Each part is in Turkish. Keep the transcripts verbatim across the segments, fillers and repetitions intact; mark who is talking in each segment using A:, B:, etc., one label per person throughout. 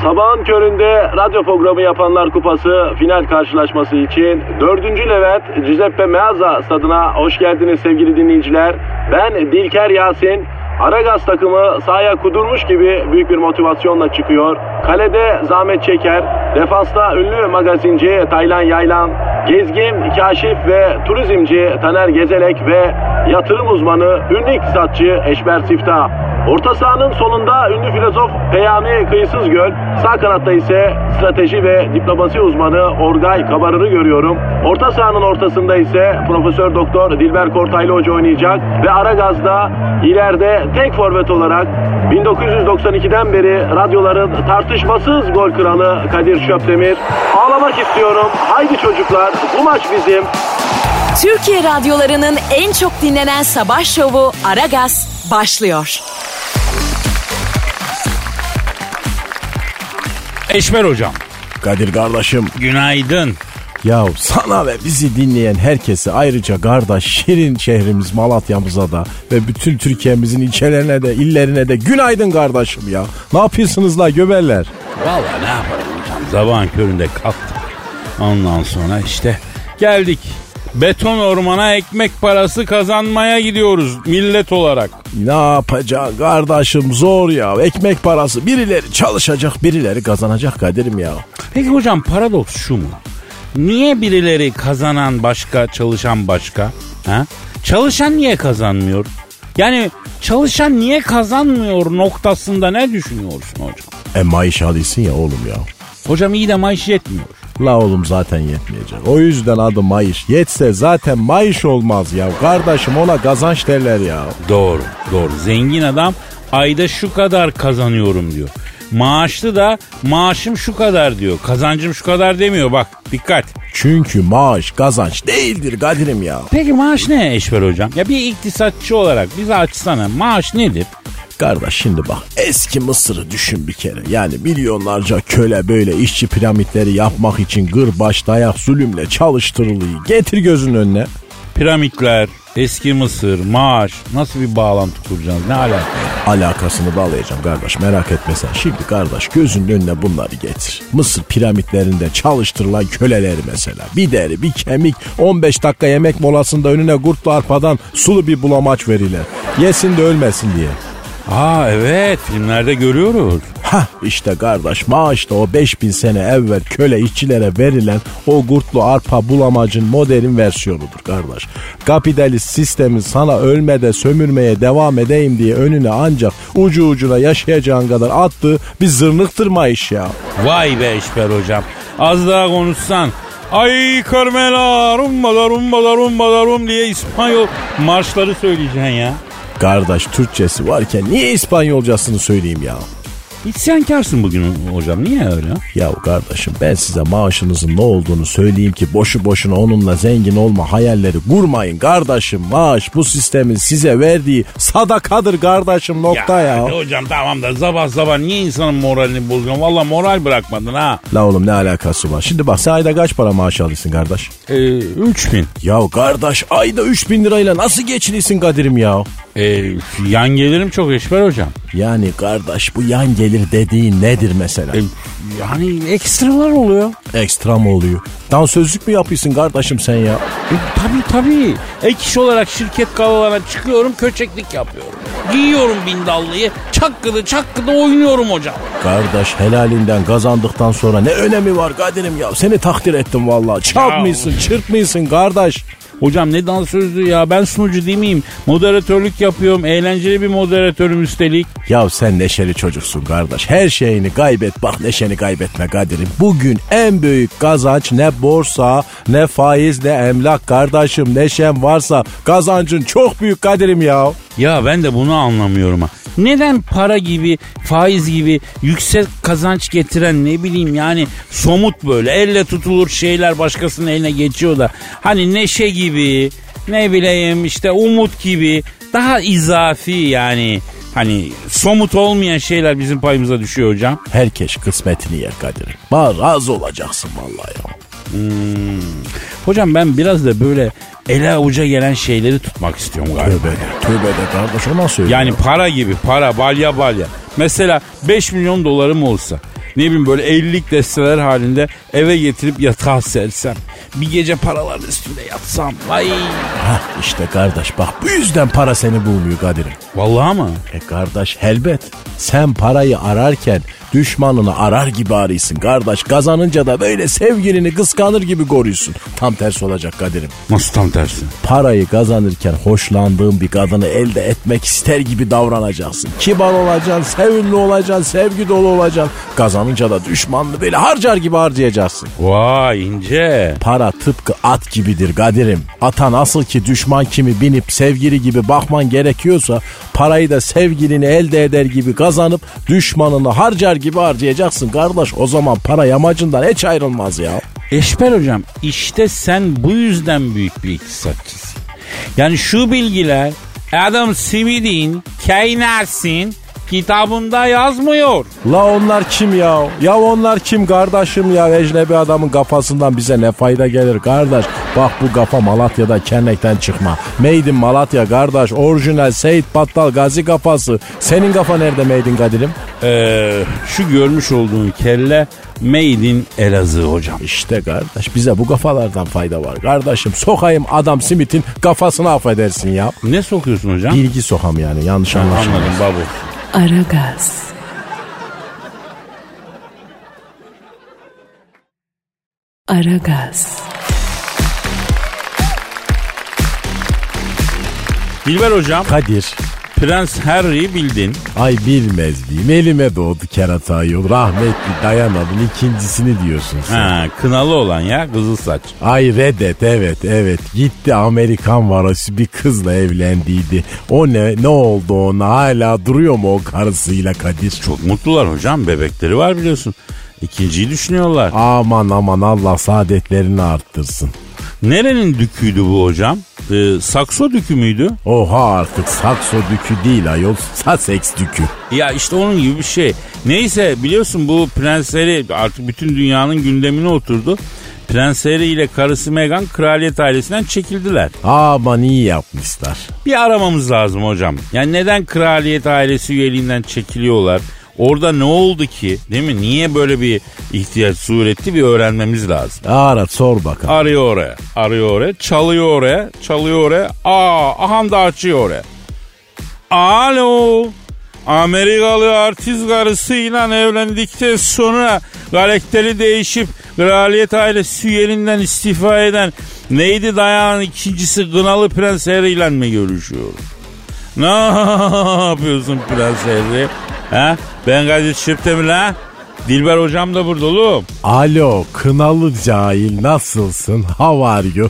A: Sabahın köründe radyo programı yapanlar kupası final karşılaşması için dördüncü Levent Giuseppe Meazza stadına hoş geldiniz sevgili dinleyiciler. Ben Dilker Yasin. Aragaz takımı sahaya kudurmuş gibi büyük bir motivasyonla çıkıyor. Kalede zahmet çeker. Defansta ünlü magazinci Taylan Yaylan, gezgin, kaşif ve turizmci Taner Gezelek ve yatırım uzmanı ünlü iktisatçı Eşber Siftah. Orta sahanın solunda ünlü filozof Peyami Kıyısızgöl, sağ kanatta ise strateji ve diplomasi uzmanı Orgay Kabarır'ı görüyorum. Orta sahanın ortasında ise Profesör Doktor Dilber Kortaylı Hoca oynayacak ve Aragaz'da ileride tek forvet olarak bin dokuz yüz doksan ikiden beri radyoların tartışmasız gol kralı Kadir Şöpdemir. Ağlamak istiyorum. Haydi çocuklar, bu maç bizim.
B: Türkiye radyolarının en çok dinlenen sabah şovu Aragaz başlıyor.
C: Eşber hocam.
D: Kadir kardeşim.
C: Günaydın.
D: Ya sana ve bizi dinleyen herkese, ayrıca kardeş şirin şehrimiz Malatya'mıza da ve bütün Türkiye'mizin ilçelerine de illerine de günaydın kardeşim ya. Ne yapıyorsunuz la göbeller?
C: Vallahi ne yapalım hocam, sabahın köründe kalktık. Ondan sonra işte geldik. Beton ormana ekmek parası kazanmaya gidiyoruz millet olarak.
D: Ne yapacaksın kardeşim, zor ya. Ekmek parası, birileri çalışacak, birileri kazanacak Kadir'im ya.
C: Peki hocam, paradoks şu mu? Niye birileri kazanan başka, çalışan başka? Ha? Çalışan niye kazanmıyor? Yani çalışan niye kazanmıyor noktasında ne düşünüyorsun hocam?
D: E maaş alıyorsun ya oğlum ya.
C: Hocam iyi de maaş yetmiyor.
D: La oğlum zaten yetmeyecek. O yüzden adı maaş. Yetse zaten maaş olmaz ya. Kardeşim ona kazanç derler ya.
C: Doğru doğru. Zengin adam ayda şu kadar kazanıyorum diyor. Maaşlı da maaşım şu kadar diyor. Kazancım şu kadar demiyor, bak dikkat.
D: Çünkü maaş kazanç değildir Kadir'im ya.
C: Peki maaş ne Eşber hocam? Ya bir iktisatçı olarak bize açsana, maaş nedir?
D: Kardeş şimdi bak, eski Mısır'ı düşün bir kere. Yani milyonlarca köle böyle işçi piramitleri yapmak için gırbaç, dayak, zulümle çalıştırılıyor. Getir gözünün önüne.
C: Piramitler, eski Mısır, maaş, nasıl bir bağlantı kuracağız, ne alaka?
D: Alakasını bağlayacağım kardeş, merak etme sen. Şimdi kardeş gözünün önüne bunları getir. Mısır piramitlerinde çalıştırılan köleleri mesela. Bir deri bir kemik, on beş dakika yemek molasında önüne kurtlu arpadan sulu bir bulamaç verirler. Yesin de ölmesin diye.
C: Aa evet, filmlerde görüyoruz.
D: Hah işte kardeş, maaş da o beş bin sene evvel köle işçilere verilen o kurtlu arpa bulamacın modern versiyonudur kardeş. Kapitalist sistemin sana ölmede sömürmeye devam edeyim diye önüne ancak ucu ucuna yaşayacağın kadar attığı bir zırnıktır maaş ya.
C: Vay be Eşber hocam, az daha konuşsan. Ay Carmela rumbada rumbada rumbada rum diye İspanyol marşları söyleyeceksin ya.
D: Kardeş Türkçesi varken niye İspanyolcasını söyleyeyim ya?
C: İsyankarsın bugün hocam, niye öyle?
D: Ya kardeşim ben size maaşınızın ne olduğunu söyleyeyim ki boşu boşuna onunla zengin olma hayalleri kurmayın kardeşim. Maaş bu sistemin size verdiği sadakadır kardeşim, nokta ya.
C: Ya hocam tamam da sabah sabah niye insanın moralini bozuyorsun? Valla moral bırakmadın ha.
D: La oğlum ne alakası var? Şimdi bak sen ayda kaç para maaş alıyorsun kardeş?
C: Ee, üç bin.
D: Ya kardeş ayda üç bin lirayla nasıl geçinirsin Kadir'im ya?
C: Ee, yan gelirim çok Eşber hocam.
D: Yani kardeş bu yan gelir dediğin nedir mesela?
C: Ee, yani ekstralar oluyor.
D: Ekstra mı oluyor? Dansözlük mü yapıyorsun kardeşim sen ya?
C: E, tabii tabii. Ek iş olarak şirket galalarına çıkıyorum, köçeklik yapıyorum. Giyiyorum bindallıyı, çakkıdı çakkıdı oynuyorum hocam.
D: Kardeş helalinden kazandıktan sonra ne önemi var Kadir'im ya? Seni takdir ettim vallahi. Çarpmışsın, çırpmışsın kardeş.
C: Hocam ne dansözlü ya, ben sunucu değil miyim? Moderatörlük yapıyorum, eğlenceli bir moderatörüm üstelik.
D: Ya sen neşeli çocuksun kardeş. Her şeyini kaybet bak, neşeni kaybetme Kadir'im. Bugün en büyük kazanç ne borsa ne faiz ne emlak kardeşim. Neşen varsa kazancın çok büyük Kadir'im ya.
C: Ya ben de bunu anlamıyorum ha. Neden para gibi, faiz gibi yüksek kazanç getiren ne bileyim yani somut böyle elle tutulur şeyler başkasının eline geçiyor da hani neşe gibi, ne bileyim işte umut gibi daha izafi yani hani somut olmayan şeyler bizim payımıza düşüyor hocam.
D: Herkes kısmetini yer Kadir'im. Bana razı olacaksın vallahi ya.
C: Hmm. Hocam ben biraz da böyle ele avuca gelen şeyleri tutmak istiyorum galiba.
D: Tövbe de, tövbe de kardeş, o nasıl öyle?
C: Yani para gibi, para, balya balya. Mesela beş milyon dolarım olsa Ne bileyim böyle ellilik desteler halinde eve getirip yatağa sersem. Bir gece paraların üstünde yatsam. Vay.
D: Hah işte kardeş bak bu yüzden para seni bulmuyor Kadir'im.
C: Vallahi mı?
D: E kardeş elbet. Sen parayı ararken düşmanını arar gibi arıyorsun kardeş. Kazanınca da böyle sevgilini kıskanır gibi koruyorsun. Tam tersi olacak Kadir'im.
C: Nasıl tam tersi?
D: Parayı kazanırken hoşlandığın bir kadını elde etmek ister gibi davranacaksın. Kibar olacaksın, sevimli olacaksın, sevgi dolu olacaksın. Kazanınca da düşmanını böyle harcar gibi harcayacaksın.
C: Vay ince.
D: Para tıpkı at gibidir Kadir'im. Ata nasıl ki düşman kimi binip sevgili gibi bakman gerekiyorsa parayı da sevgilini elde eder gibi kazanıp düşmanını harcar gibi harcayacaksın kardeş. O zaman para yamacından hiç ayrılmaz ya.
C: Eşber hocam işte sen bu yüzden büyük bir iktisatçısın. Yani şu bilgiler Adam Smith'in Keynes'in kitabında yazmıyor.
D: La onlar kim ya? Ya onlar kim kardeşim ya? Ecnebi adamın kafasından bize ne fayda gelir kardeş? Bak bu kafa Malatya'da Kernek'ten çıkma. Made in Malatya kardeş. Orijinal Seyit Battal Gazi kafası. Senin kafa nerede Made in Kadir'im?
C: Ee, şu görmüş olduğun kelle Made in Elazığ hocam.
D: İşte kardeş bize bu kafalardan fayda var. Kardeşim sokayım Adam Smith'in kafasını affedersin ya.
C: Ne sokuyorsun hocam?
D: Bilgi sokam yani yanlış anlaşılmaz.
C: Anladım babu.
B: Aragaz. Aragaz.
C: Dilber hocam.
D: Kadir.
C: Prens Harry'i bildin.
D: Ay bilmez miyim? Elime doğdu kerata yol. Rahmetli dayanmadın ikincisini diyorsun sen.
C: Ha, kınalı olan ya kızıl saç.
D: Ay reddet evet evet. Gitti Amerikan varosu bir kızla evlendiydi. O ne ne oldu ona? Hala duruyor mu o karısıyla Kadir?
C: Çok mutlular hocam. Bebekleri var biliyorsun. İkinciyi düşünüyorlar.
D: Aman aman Allah saadetlerini arttırsın.
C: Nerenin düküydü bu hocam? Ee, Sakso dükü müydü?
D: Oha artık Sakso dükü değil ayol. Sussex dükü.
C: Ya işte onun gibi bir şey. Neyse biliyorsun bu Prens Harry artık bütün dünyanın gündemine oturdu. Prens Harry ile karısı Meghan kraliyet ailesinden çekildiler.
D: Aman iyi yapmışlar.
C: Bir aramamız lazım hocam. Yani neden kraliyet ailesi üyeliğinden çekiliyorlar? Orada ne oldu ki? Değil mi? Niye böyle bir ihtiyaç zuhur etti bir öğrenmemiz lazım.
D: Ara sor bakalım.
C: Arıyor oraya. Arıyor oraya. Çalıyor oraya. Çalıyor oraya. Aa, aham da açıyor oraya. Alo. Amerikalı artist karısıyla evlendikten sonra karakteri değişip kraliyet ailesi üyeliğinden istifa eden neydi dayağın ikincisi Kınalı Prens Harry ile mi görüşüyoruz? Ne yapıyorsun Prens Harry? Ha? Ben Kadir Çöptemir ha? Dilber hocam da burada oğlum.
D: Alo kınalı cahil nasılsın? How are you?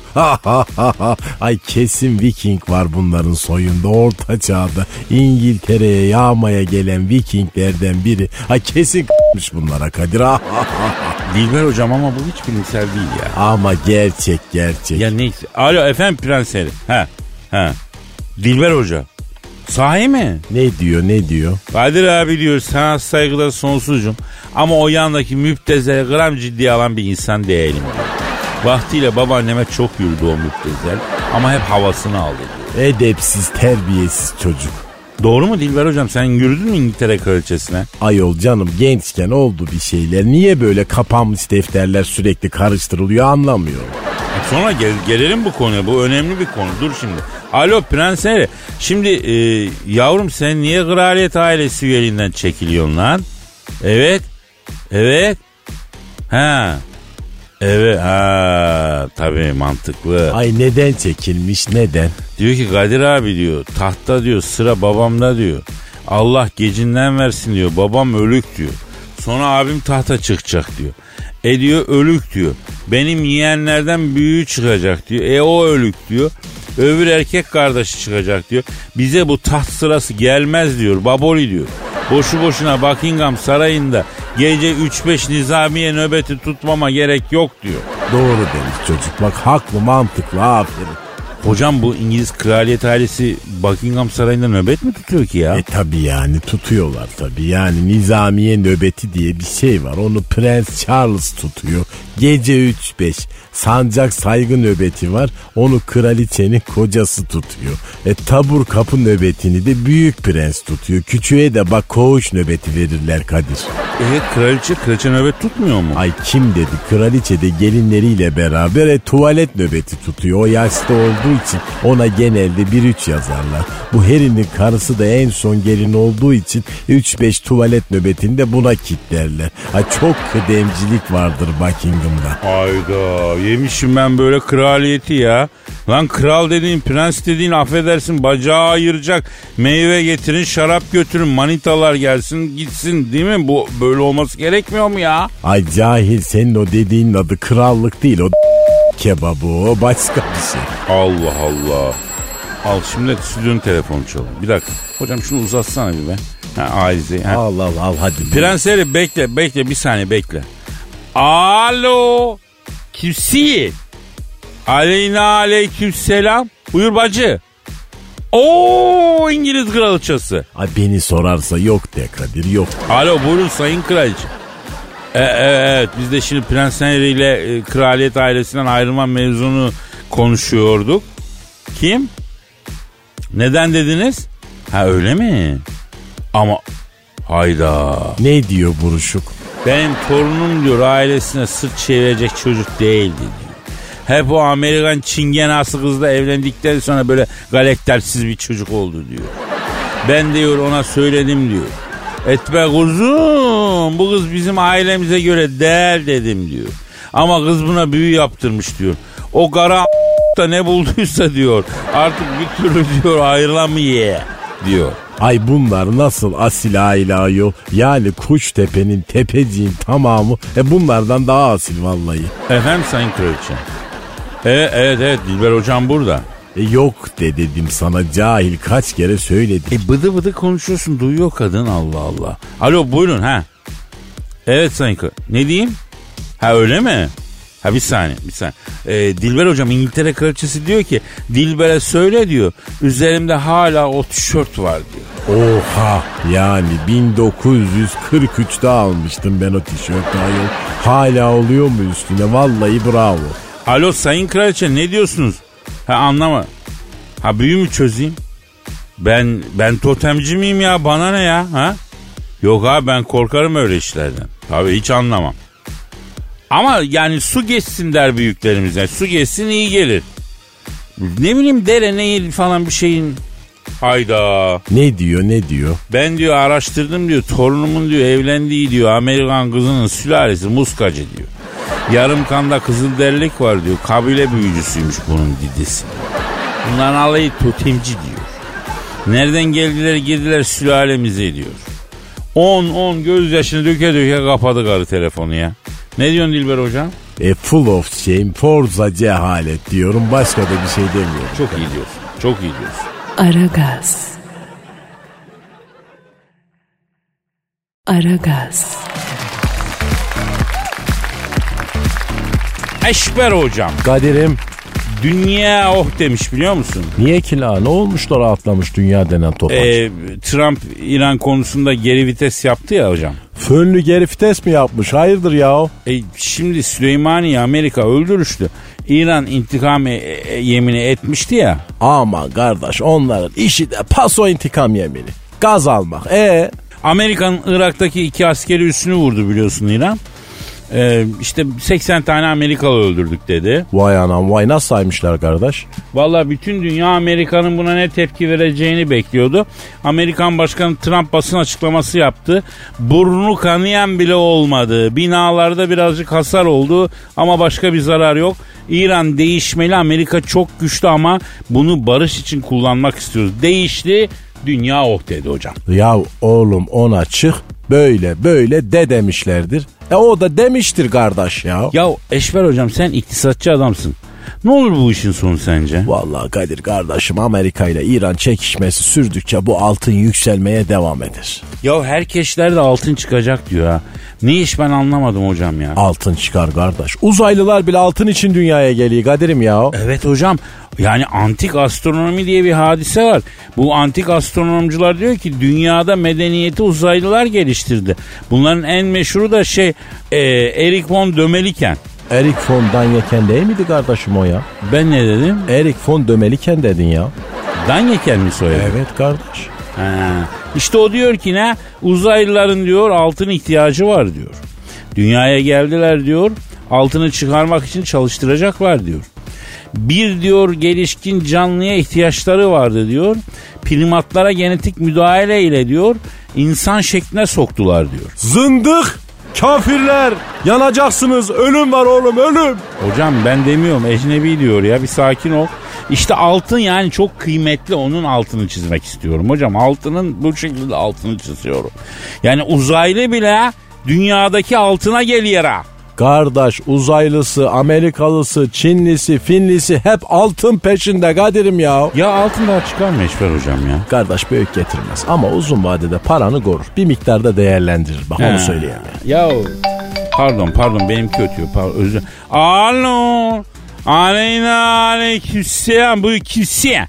D: Ay kesin Viking var bunların soyunda orta çağda İngiltere'ye yağmaya gelen Vikinglerden biri. Ay kesin k***mış bunlara Kadir.
C: Dilber hocam ama bu hiç bilimsel değil ya.
D: Ama gerçek gerçek.
C: Ya neyse. Alo efendim Prens Harry. Ha, ha. Dilber hoca. Sahi mi?
D: Ne diyor ne diyor?
C: Kadir abi diyor sana saygıda sonsuzcum. Ama o yandaki müptezel gram ciddiye alan bir insan değilim diyor. Vaktiyle babaanneme çok yürüdü o müptezel. Ama hep havasını aldı diyor.
D: Edepsiz terbiyesiz çocuk.
C: Doğru mu Dilber hocam? Sen yürüdün mü İngiltere kraliçesine?
D: Ayol canım gençken oldu bir şeyler. Niye böyle kapanmış defterler sürekli karıştırılıyor anlamıyorum.
C: Sonra gel, gelelim bu konuya. Bu önemli bir konu. Dur şimdi. Alo Prens Harry. Şimdi e, yavrum sen niye kraliyet ailesi üyeliğinden çekiliyorsun lan? Evet. Evet. Ha. Evet. Ha. Tabii mantıklı.
D: Ay neden çekilmiş neden?
C: Diyor ki Kadir abi diyor tahta diyor sıra babamda diyor. Allah gecinden versin diyor. Babam ölük diyor. Sonra abim tahta çıkacak diyor. E diyor ölük diyor. Benim yeğenlerden büyüğü çıkacak diyor. E o ölük diyor. Öbür erkek kardeşi çıkacak diyor. Bize bu taht sırası gelmez diyor. Baboli diyor. Boşu boşuna Buckingham Sarayı'nda gece üç beş nizamiye nöbeti tutmama gerek yok diyor.
D: Doğru demiş çocuk. Bak haklı mantıklı aferin.
C: Hocam bu İngiliz kraliyet ailesi Buckingham Sarayı'nda nöbet mi tutuyor ki ya?
D: E tabi yani tutuyorlar tabi. Yani nizamiye nöbeti diye bir şey var. Onu Prens Charles tutuyor. Gece üç beş. Sancak saygı nöbeti var. Onu kraliçenin kocası tutuyor. E tabur kapı nöbetini de büyük prens tutuyor. Küçüğe de bak koğuş nöbeti verirler Kadir.
C: E kraliçe, kraliçe nöbet tutmuyor mu?
D: Ay kim dedi? Kraliçe de gelinleriyle beraber e, tuvalet nöbeti tutuyor. O yaşta olduğu için ona genelde bir üç yazarlar. Bu Harry'nin karısı da en son gelin olduğu için üç beş tuvalet nöbetinde buna kitlerler. Ay çok kıdemcilik vardır Buckingham'da.
C: Hayda, yemişim ben böyle kraliyeti ya. Lan kral dediğin, prens dediğin affedersin bacağı ayıracak. Meyve getirin, şarap götürün, manitalar gelsin gitsin değil mi? Bu böyle olması gerekmiyor mu ya?
D: Ay cahil, senin o dediğin adı krallık değil, o kebabı, o başka bir şey.
C: Allah Allah. Al şimdi stüdyonun telefonu çalıyor. Bir dakika. Hocam şunu uzatsana bir be. Ha, Aize. Ha.
D: Al al al hadi.
C: Prens Harry bekle bekle bir saniye bekle. Alo. Kimsin? Aleyna aleyküm selam. Buyur bacı. Oo İngiliz kraliçesi.
D: Ay beni sorarsa yok de Kadir, yok.
C: Alo buyurun sayın kraliçe. E, e, evet biz de şimdi Prens Harry ile e, kraliyet ailesinden ayrılma mevzunu konuşuyorduk. Kim? Neden dediniz? Ha öyle mi? Ama hayda.
D: Ne diyor buruşuk?
C: Benim torunum diyor ailesine sırt çevirecek çocuk değildi diyor. Hep o Amerikan çingenası kızla evlendikten sonra böyle galaktersiz bir çocuk oldu diyor. Ben diyor ona söyledim diyor. Etme kuzum, bu kız bizim ailemize göre değil dedim diyor. Ama kız buna büyü yaptırmış diyor. O kara da ne bulduysa diyor artık bir türlü diyor ayrılamıyor diyor.
D: Ay bunlar nasıl asil aile ayol? Yani Kuştepe'nin, tepeciğin tamamı e bunlardan daha asil vallahi.
C: Efendim sayın kraliçe. Evet evet evet Dilber hocam burada.
D: E yok de dedim sana cahil, kaç kere söyledim.
C: E bıdı bıdı konuşuyorsun, duyuyor kadın, Allah Allah. Alo buyurun ha. Evet sayın kraliçe. Ne diyeyim? Ha öyle mi? Ha bir saniye bir saniye. Ee, Dilber hocam İngiltere kraliçesi diyor ki Dilber'e söyle diyor. Üzerimde hala o tişört var diyor.
D: Oha, yani bin dokuz yüz kırk üçte almıştım ben o tişörtü ayol. Hala oluyor mu üstüne? Vallahi bravo.
C: Alo sayın kraliçe ne diyorsunuz? Ha anlama. Ha büyü mü çözeyim? Ben ben totemci miyim ya, bana ne ya? Ha? Yok abi ben korkarım öyle işlerden. Tabii hiç anlamam. Ama yani su geçsin der büyüklerimiz. Yani su geçsin iyi gelir. Ne bileyim dere nehir falan bir şeyin. Hayda.
D: Ne diyor ne diyor?
C: Ben diyor araştırdım diyor. Torunumun diyor evlendiği diyor Amerikan kızının sülalesi muskacı diyor. Yarım kanda kızılderililik var diyor. Kabile büyücüsüymüş bunun didesi. Bunların alayı totemci diyor. Nereden geldiler girdiler sülalemize diyor. On on gözyaşını döke döke kapadı karı telefonu ya. Ne diyorsun Dilber hocam?
D: E full of shame, forza cehalet diyorum. Başka da bir şey demiyorum.
C: Çok iyi diyorsun. Çok iyi diyorsun.
B: Aragaz. Aragaz.
C: Eşber hocam.
D: Kadir'im.
C: Dünya oh demiş biliyor musun?
D: Niye ki la? Ne olmuş da rahatlamış dünya denen topaç?
C: Ee, Trump İran konusunda geri vites yaptı ya hocam.
D: Fönlü geri vites mi yapmış? Hayırdır ya?
C: E, şimdi Süleymaniye Amerika öldürüştü. İran intikam e, e, yemini etmişti ya.
D: Ama kardeş onların işi de paso intikam yemini. Gaz almak. E
C: Amerika'nın Irak'taki iki askeri üssünü vurdu biliyorsun İran. Ee, işte seksen tane Amerikalı öldürdük dedi.
D: Vay anam vay, nasıl saymışlar kardeş?
C: Vallahi bütün dünya Amerika'nın buna ne tepki vereceğini bekliyordu. Amerikan Başkanı Trump basın açıklaması yaptı. Burnu kanayan bile olmadı. Binalarda birazcık hasar oldu ama başka bir zarar yok. İran değişmeli, Amerika çok güçlü ama bunu barış için kullanmak istiyoruz. Değişti, dünya oh dedi hocam.
D: Ya oğlum ona çık böyle böyle de demişlerdir. E o da demiştir kardeş ya.
C: Ya Eşber hocam sen iktisatçı adamsın. Ne olur bu işin sonu sence?
D: Vallahi Kadir kardeşim, Amerika ile İran çekişmesi sürdükçe bu altın yükselmeye devam eder.
C: Ya herkeslerde altın çıkacak diyor ha. Ne iş ben anlamadım hocam ya.
D: Altın çıkar kardeş. Uzaylılar bile altın için dünyaya geliyor Kadir'im ya.
C: Evet hocam. Yani antik astronomi diye bir hadise var. Bu antik astronomcular diyor ki dünyada medeniyeti uzaylılar geliştirdi. Bunların en meşhuru da şey e, Erik von Dömeliken.
D: Erik von Daniken değil miydi kardeşim o ya?
C: Ben ne dedim?
D: Erik von Dömeliken dedin ya.
C: Daniken mi soyadı?
D: Evet kardeş.
C: Ha. İşte o diyor ki ne? Uzaylıların diyor altın ihtiyacı var diyor. Dünyaya geldiler diyor. Altını çıkarmak için çalıştıracaklar diyor. Bir diyor gelişkin canlıya ihtiyaçları vardı diyor. Primatlara genetik müdahale ile diyor insan şekline soktular diyor.
D: Zındık! Kafirler! Yanacaksınız! Ölüm var oğlum, ölüm!
C: Hocam ben demiyorum, ecnebi diyor ya, bir sakin ol. İşte altın yani çok kıymetli, onun altını çizmek istiyorum hocam. Altının bu şekilde altını çiziyorum. Yani uzaylı bile dünyadaki altına geliyor ha.
D: Kardeş, uzaylısı, Amerikalısı, Çinlisi, Finlisi hep altın peşinde Kadir'im ya.
C: Ya altın daha çıkar mı Eşber hocam ya?
D: Kardeş büyük getirmez ama uzun vadede paranı korur. Bir miktarda değerlendirir. Bak
C: He.
D: onu söyleyeyim ya.
C: Ya pardon pardon benim kötü. Pardon, özür. Alo. Aleyna aleykümselam. Bu kimse?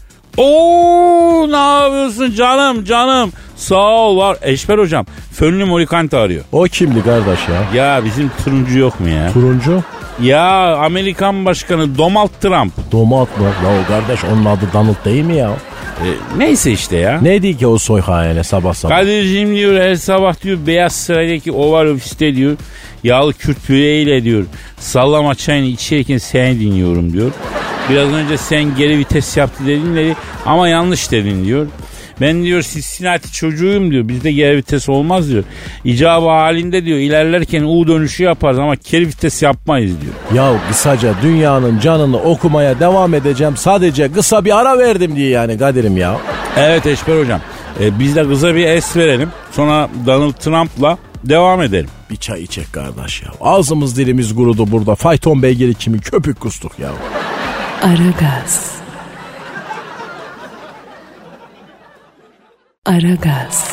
C: Oo, ne yapıyorsun canım canım? Sağ ol var. Eşber hocam. Fönlü Morikante arıyor.
D: O kimdi kardeş ya?
C: Ya bizim turuncu yok mu ya?
D: Turuncu?
C: Ya Amerikan Başkanı Donald Trump.
D: Donald mı? La o kardeş, onun adı Donald değil mi ya?
C: E, neyse işte ya.
D: Ne diyor ki o soy hayale sabah sabah?
C: Kadir'cim diyor her sabah diyor Beyaz Saray'daki Oval Ofis'te diyor yağlı Kürt püreyle diyor sallama çayını içerken seni dinliyorum diyor. Biraz önce sen geri vites yaptı dedin dedi ama yanlış dedin diyor. Ben diyor Cincinnati çocuğuyum diyor. Bizde geri vites olmaz diyor. İcabı halinde diyor ilerlerken U dönüşü yaparız ama geri vites yapmayız diyor.
D: Ya kısaca dünyanın canını okumaya devam edeceğim. Sadece kısa bir ara verdim diye yani Kadir'im ya.
C: Evet Eşber hocam. Ee, biz de kısa bir es verelim. Sonra Donald Trump'la devam edelim.
D: Bir çay içek kardeş ya. Ağzımız dilimiz kurudu burada. Fayton beygiri kimi köpük kustuk ya.
B: Aragaz. Aragaz.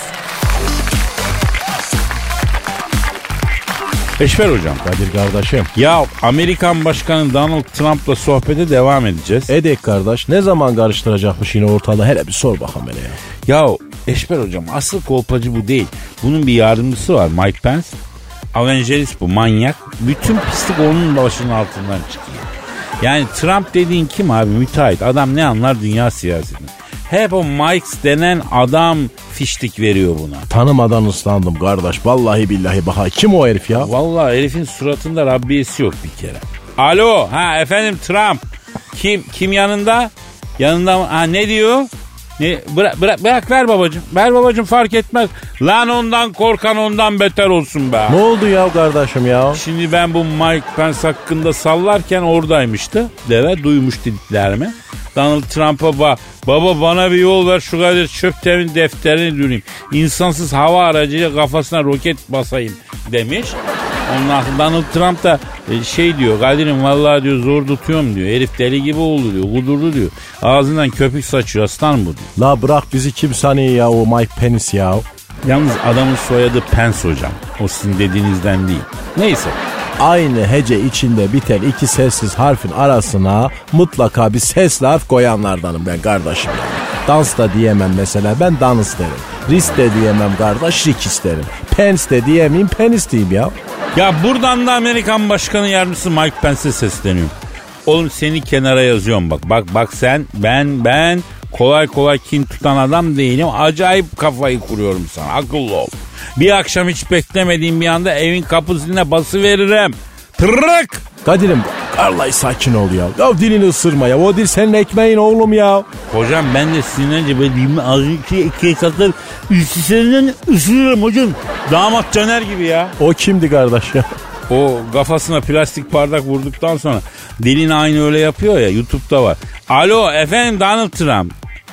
C: Eşber hocam.
D: Kadir kardeşim.
C: Ya Amerikan Başkanı Donald Trump'la sohbete devam edeceğiz.
D: Edek kardeş, ne zaman karıştıracakmış yine ortalığı, hele bir sor bakalım hele ya.
C: Ya Eşber hocam asıl kolpacı bu değil. Bunun bir yardımcısı var Mike Pence. Evangelist bu, manyak. Bütün pislik onun başının altından çıkıyor. Yani Trump dediğin kim abi? Müteahhit. Adam ne anlar dünya siyasetini. Hep o Mike denen adam fiştik veriyor buna.
D: Tanımadan ıslandım kardeş. Vallahi billahi baka. Kim o herif ya?
C: Vallahi herifin suratında Rabbiyesi yok bir kere. Alo, ha efendim Trump. Kim kim yanında? Yanında mı? Ha ne diyor? Ne, bırak, bırak, bırak ver babacığım. Ver babacığım, fark etmez. Lan ondan korkan ondan beter olsun be.
D: Ne oldu ya kardeşim ya?
C: Şimdi ben bu Mike Pence hakkında sallarken oradaymıştı. Deve duymuş dediklerimi. Donald Trump'a bak. Baba bana bir yol ver, şu kadar çöp temin defterini düreyim. İnsansız hava aracıyla kafasına roket basayım demiş. Ondan sonra Donald Trump da şey diyor, Kadir'im vallahi diyor zor tutuyorum diyor. Herif deli gibi oldu diyor, kudurdu diyor. Ağzından köpük saçıyor, aslan bu diyor.
D: La bırak bizi, kim sanıyor ya o Mike Pence ya?
C: Yalnız adamın soyadı Pence hocam. O sizin dediğinizden değil. Neyse.
D: Aynı hece içinde biten iki sessiz harfin arasına mutlaka bir sesli harf koyanlardanım ben kardeşim ya. Dans da diyemem mesela, ben dans derim. Ris de diyemem kardeş, rik isterim. Pence de diyemeyim, penis diyeyim ya.
C: Ya buradan da Amerikan Başkanı Yardımcısı Mike Pence'e sesleniyorum. Oğlum seni kenara yazıyorum bak. Bak bak sen, ben ben kolay kolay kin tutan adam değilim. Acayip kafayı kuruyorum sana, akıllı ol. Bir akşam hiç beklemediğim bir anda evin kapısına basıveririm. Tırrık!
D: Kadir'im Karlay sakin ol ya. Ya dilini ısırma ya. O dil senin ekmeğin oğlum ya.
C: Hocam ben de sinirlenince böyle dilimi ağzını ikiye, ikiye katlar üstünden ısırırım hocam. Damat Caner gibi ya.
D: O kimdi kardeş ya?
C: O kafasına plastik bardak vurduktan sonra dilini aynı öyle yapıyor ya, YouTube'da var. Alo efendim Donald Trump.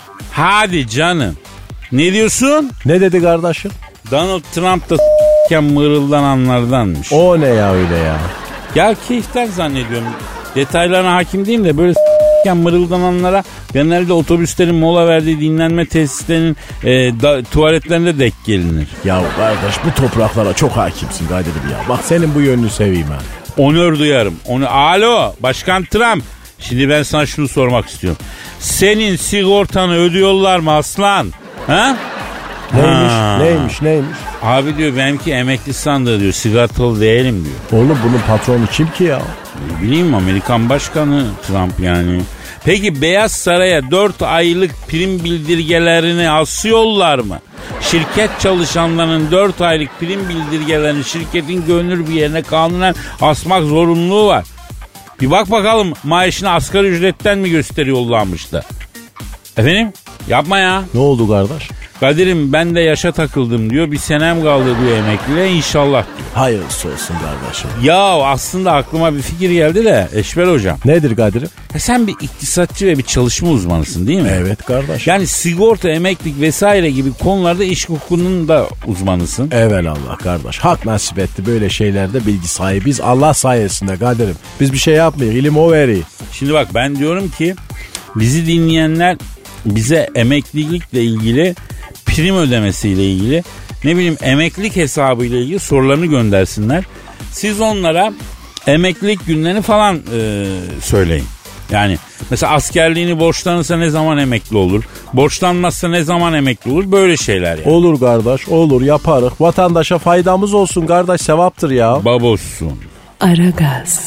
C: Hadi canım. Ne diyorsun?
D: Ne dedi kardeşim?
C: Donald Trump da s**ken mırıldananlardanmış.
D: O ne ya öyle ya?
C: Ya keyiften zannediyorum. Detaylarına hakim değilim de böyle s**ken mırıldananlara genelde otobüslerin mola verdiği dinlenme tesislerinin e, da, tuvaletlerinde denk gelinir.
D: Ya kardeş bu topraklara çok hakimsin Kadir'im ya. Bak senin bu yönünü seveyim ha.
C: Onur duyarım. Onu Alo Başkan Trump. Şimdi ben sana şunu sormak istiyorum. Senin sigortanı ödüyorlar mı aslan? Ha?
D: Neymiş
C: Ha.
D: neymiş neymiş?
C: Abi diyor benimki emekli sandığı diyor. Sigortalı değilim diyor.
D: Oğlum bunun patronu kim ki ya?
C: Ne bileyim Amerikan Başkanı Trump yani. Peki Beyaz Saray'a dört aylık prim bildirgelerini asıyorlar mı? Şirket çalışanlarının dört aylık prim bildirgelerini şirketin görünür bir yerine kanunen asmak zorunluluğu var. Bir bak bakalım maaşını asgari ücretten mi gösteriyorlarmış da? Efendim? Yapma ya.
D: Ne oldu kardeş?
C: Kadir'im ben de yaşa takıldım diyor. Bir senem kaldı diyor emekliliğe inşallah diyor.
D: Hayırlısı olsun kardeşim.
C: Ya aslında aklıma bir fikir geldi de Eşber hocam.
D: Nedir Kadir'im?
C: Ya sen bir iktisatçı ve bir çalışma uzmanısın değil mi?
D: Evet kardeş.
C: Yani sigorta, emeklilik vesaire gibi konularda iş hukukunun da uzmanısın.
D: Evelallah kardeş. Hak nasip etti böyle şeylerde bilgi sahibiz. Allah sayesinde Kadir'im. Biz bir şey yapmıyoruz. İlim o veriyor.
C: Şimdi bak ben diyorum ki bizi dinleyenler bize emeklilikle ilgili prim ödemesiyle ilgili ne bileyim emeklilik hesabıyla ilgili sorularını göndersinler. Siz onlara emeklilik günlerini falan e, söyleyin. Yani mesela askerliğini borçlanırsa ne zaman emekli olur? Borçlanmazsa ne zaman emekli olur? Böyle şeyler yani.
D: Olur kardeş olur yaparız. Vatandaşa faydamız olsun kardeş sevaptır ya.
C: Babossun.
B: Aragaz.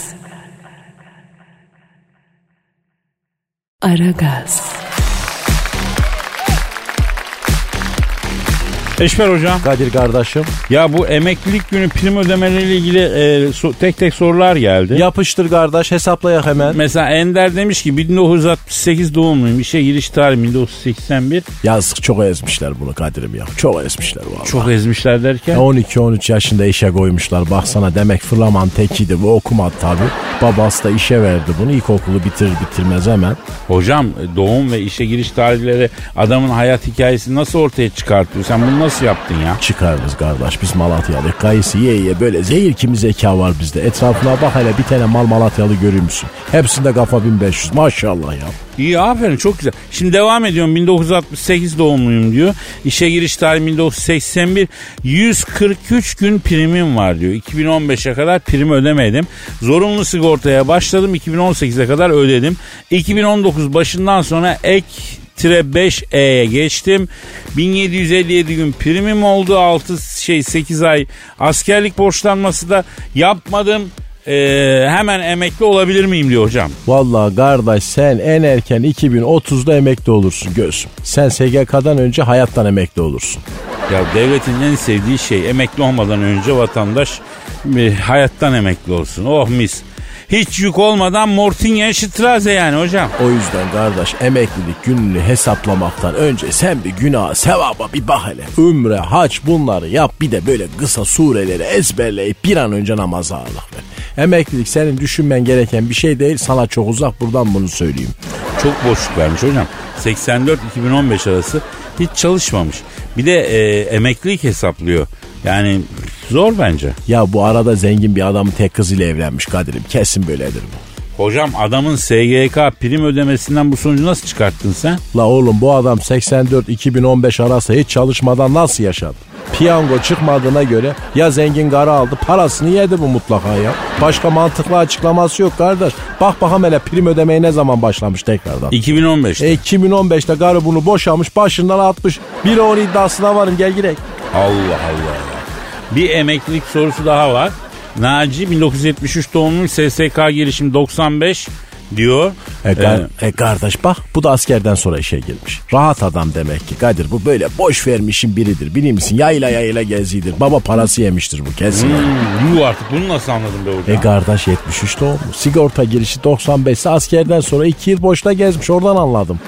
B: Aragaz.
C: Eşber hocam.
D: Kadir kardeşim.
C: Ya bu emeklilik günü prim ödemeleriyle ilgili e, so, tek tek sorular geldi.
D: Yapıştır kardeş hesaplayak hemen.
C: Mesela Ender demiş ki bin dokuz yüz altmış sekiz doğumluyum. İşe giriş tarihi bin dokuz yüz seksen bir.
D: Yazık çok ezmişler bunu Kadir'im ya. Çok ezmişler vallahi.
C: Çok ezmişler derken.
D: on iki on üç yaşında işe koymuşlar. Baksana demek fırlaman tekiydi. Bu okumadı tabii. Babası da işe verdi bunu. İlkokulu bitirir bitirmez hemen.
C: Hocam doğum ve işe giriş tarihleri adamın hayat hikayesini nasıl ortaya çıkartıyor? Sen bunu nasıl yaptın ya?
D: Çıkarırız kardeş. Biz Malatyalı. Kayısı ye ye böyle zehir kimi zeka var bizde. Etrafına bak hele bir tane mal Malatyalı görür müsün? Hepsinde kafa bin beş yüz. Maşallah ya.
C: İyi aferin çok güzel. Şimdi devam ediyorum bin dokuz yüz altmış sekiz doğumluyum diyor. İşe giriş tarihi bin dokuz yüz seksen bir. yüz kırk üç gün primim var diyor. iki bin on beşe kadar prim ödemedim. Zorunlu sigortaya başladım. iki bin on sekize kadar ödedim. iki bin on dokuz başından sonra ek tire beş E'ye geçtim. bin yedi yüz elli yedi gün primim oldu. altı şey sekiz ay askerlik borçlanması da yapmadım. Ee, hemen emekli olabilir miyim diyor hocam.
D: Vallahi kardeş sen en erken iki bin otuzda emekli olursun gözüm. Sen S G K'dan önce hayattan emekli olursun.
C: Ya devletin en sevdiği şey emekli olmadan önce vatandaş e, hayattan emekli olsun. Oh mis. Hiç yük olmadan Mortinye Straße yani hocam.
D: O yüzden kardeş emeklilik gününü hesaplamaktan önce sen bir günah sevaba bir bak hele. Ümre, hac bunları yap bir de böyle kısa sureleri ezberleyip bir an önce namaza ağırlık ver. Emeklilik senin düşünmen gereken bir şey değil, sana çok uzak, buradan bunu söyleyeyim.
C: Çok boşluk vermiş hocam. seksen dört iki bin on beş arası hiç çalışmamış. Bir de e, emeklilik hesaplıyor. Yani zor bence.
D: Ya bu arada zengin bir adamın tek kızıyla evlenmiş Kadir'im. Kesin böyledir bu.
C: Hocam adamın S G K prim ödemesinden bu sonucu nasıl çıkarttın sen?
D: La oğlum bu adam seksen dört iki bin on beş arası hiç çalışmadan nasıl yaşadı? Piyango çıkmadığına göre ya zengin karı aldı, parasını yedi bu mutlaka ya. Başka mantıklı açıklaması yok kardeş. Bak bakalım hele prim ödemeye ne zaman başlamış tekrardan.
C: iki bin on beşte.
D: E iki bin on beşte karı bunu boşamış, başından atmış. Bir on iddiasına varım, gel girek.
C: Allah Allah. Bir emeklilik sorusu daha var. Naci bin dokuz yüz yetmiş üç doğumlu, S S K girişim doksan beş diyor.
D: E, kar- ee, e kardeş bak bu da askerden sonra işe girmiş. Rahat adam demek ki Kadir, bu böyle boş vermişin biridir. Bilir misin, yayla yayla gezidir. Baba parası yemiştir bu kesin.
C: Hmm, yuh artık bunu nasıl anladın be hocam?
D: E kardeş yetmiş üç doğumlu. Sigorta girişi doksan beş ise askerden sonra iki yıl boşta gezmiş, oradan anladım.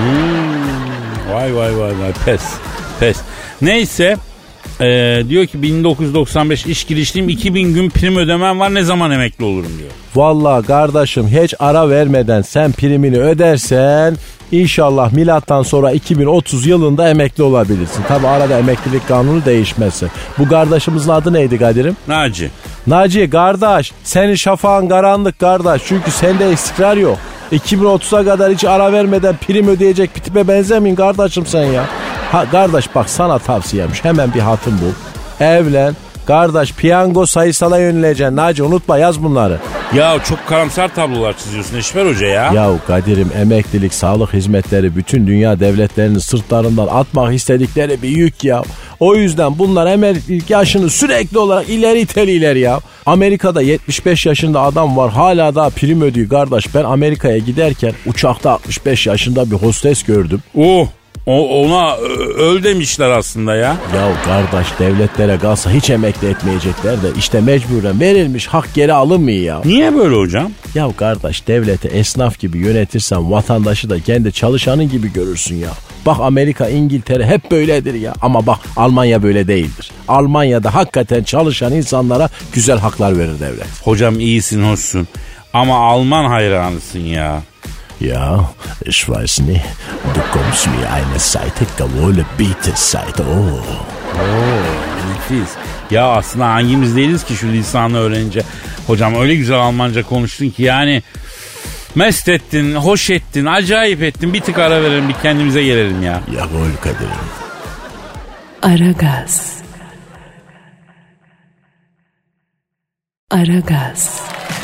C: Hmm, vay vay vay vay pes pes. Neyse. Ee, diyor ki bin dokuz yüz doksan beş iş girişliyim, iki bin gün prim ödemem var, ne zaman emekli olurum diyor.
D: Vallahi kardeşim hiç ara vermeden sen primini ödersen inşallah milattan sonra iki bin otuz yılında emekli olabilirsin. Tabi arada emeklilik kanunu değişmezse. Bu kardeşimizin adı neydi Kadir'im?
C: Naci.
D: Naci kardeş, senin şafağın karanlık kardeş. Çünkü sende istikrar yok. iki bin otuza kadar hiç ara vermeden prim ödeyecek bir tipe benzemeyin kardeşim sen ya. Ha kardeş bak sana tavsiyeymiş. Hemen bir hatun bul. Evlen. Kardeş piyango sayısala yöneleceksin. Naci unutma yaz bunları.
C: Ya çok karamsar tablolar çiziyorsun Eşber Hoca ya.
D: Yahu Kadir'im emeklilik, sağlık hizmetleri bütün dünya devletlerinin sırtlarından atmak istedikleri bir yük ya. O yüzden bunlar emeklilik yaşını sürekli olarak ileri iteliler ya. Amerika'da yetmiş beş yaşında adam var hala daha prim ödüyor kardeş. Ben Amerika'ya giderken uçakta altmış beş yaşında bir hostes gördüm.
C: Oh. O, ona öl demişler aslında ya.
D: Ya kardeş devletlere kalsa hiç emekli etmeyecekler de işte mecburen verilmiş hak geri alınmıyor ya.
C: Niye böyle hocam?
D: Ya kardeş devleti esnaf gibi yönetirsen vatandaşı da kendi çalışanın gibi görürsün ya. Bak Amerika, İngiltere hep böyledir ya. Ama bak Almanya böyle değildir. Almanya'da hakikaten çalışan insanlara güzel haklar verir devlet.
C: Hocam iyisin hoşsun ama Alman hayranısın ya.
D: Ja, ich weiß nicht. Du kommst mir eine Seite gewolle Bieterseite. Oh.
C: Oo, nefis. Ya aslında hangimiz değiliz ki şu lisanı öğrenince. Hocam öyle güzel Almanca konuştun ki yani mest ettin, hoş ettin, acayip ettin. Bir tık ara verelim, bir kendimize gelelim ya.
D: Jawohl Kadir'im.
B: Aragaz. Aragaz.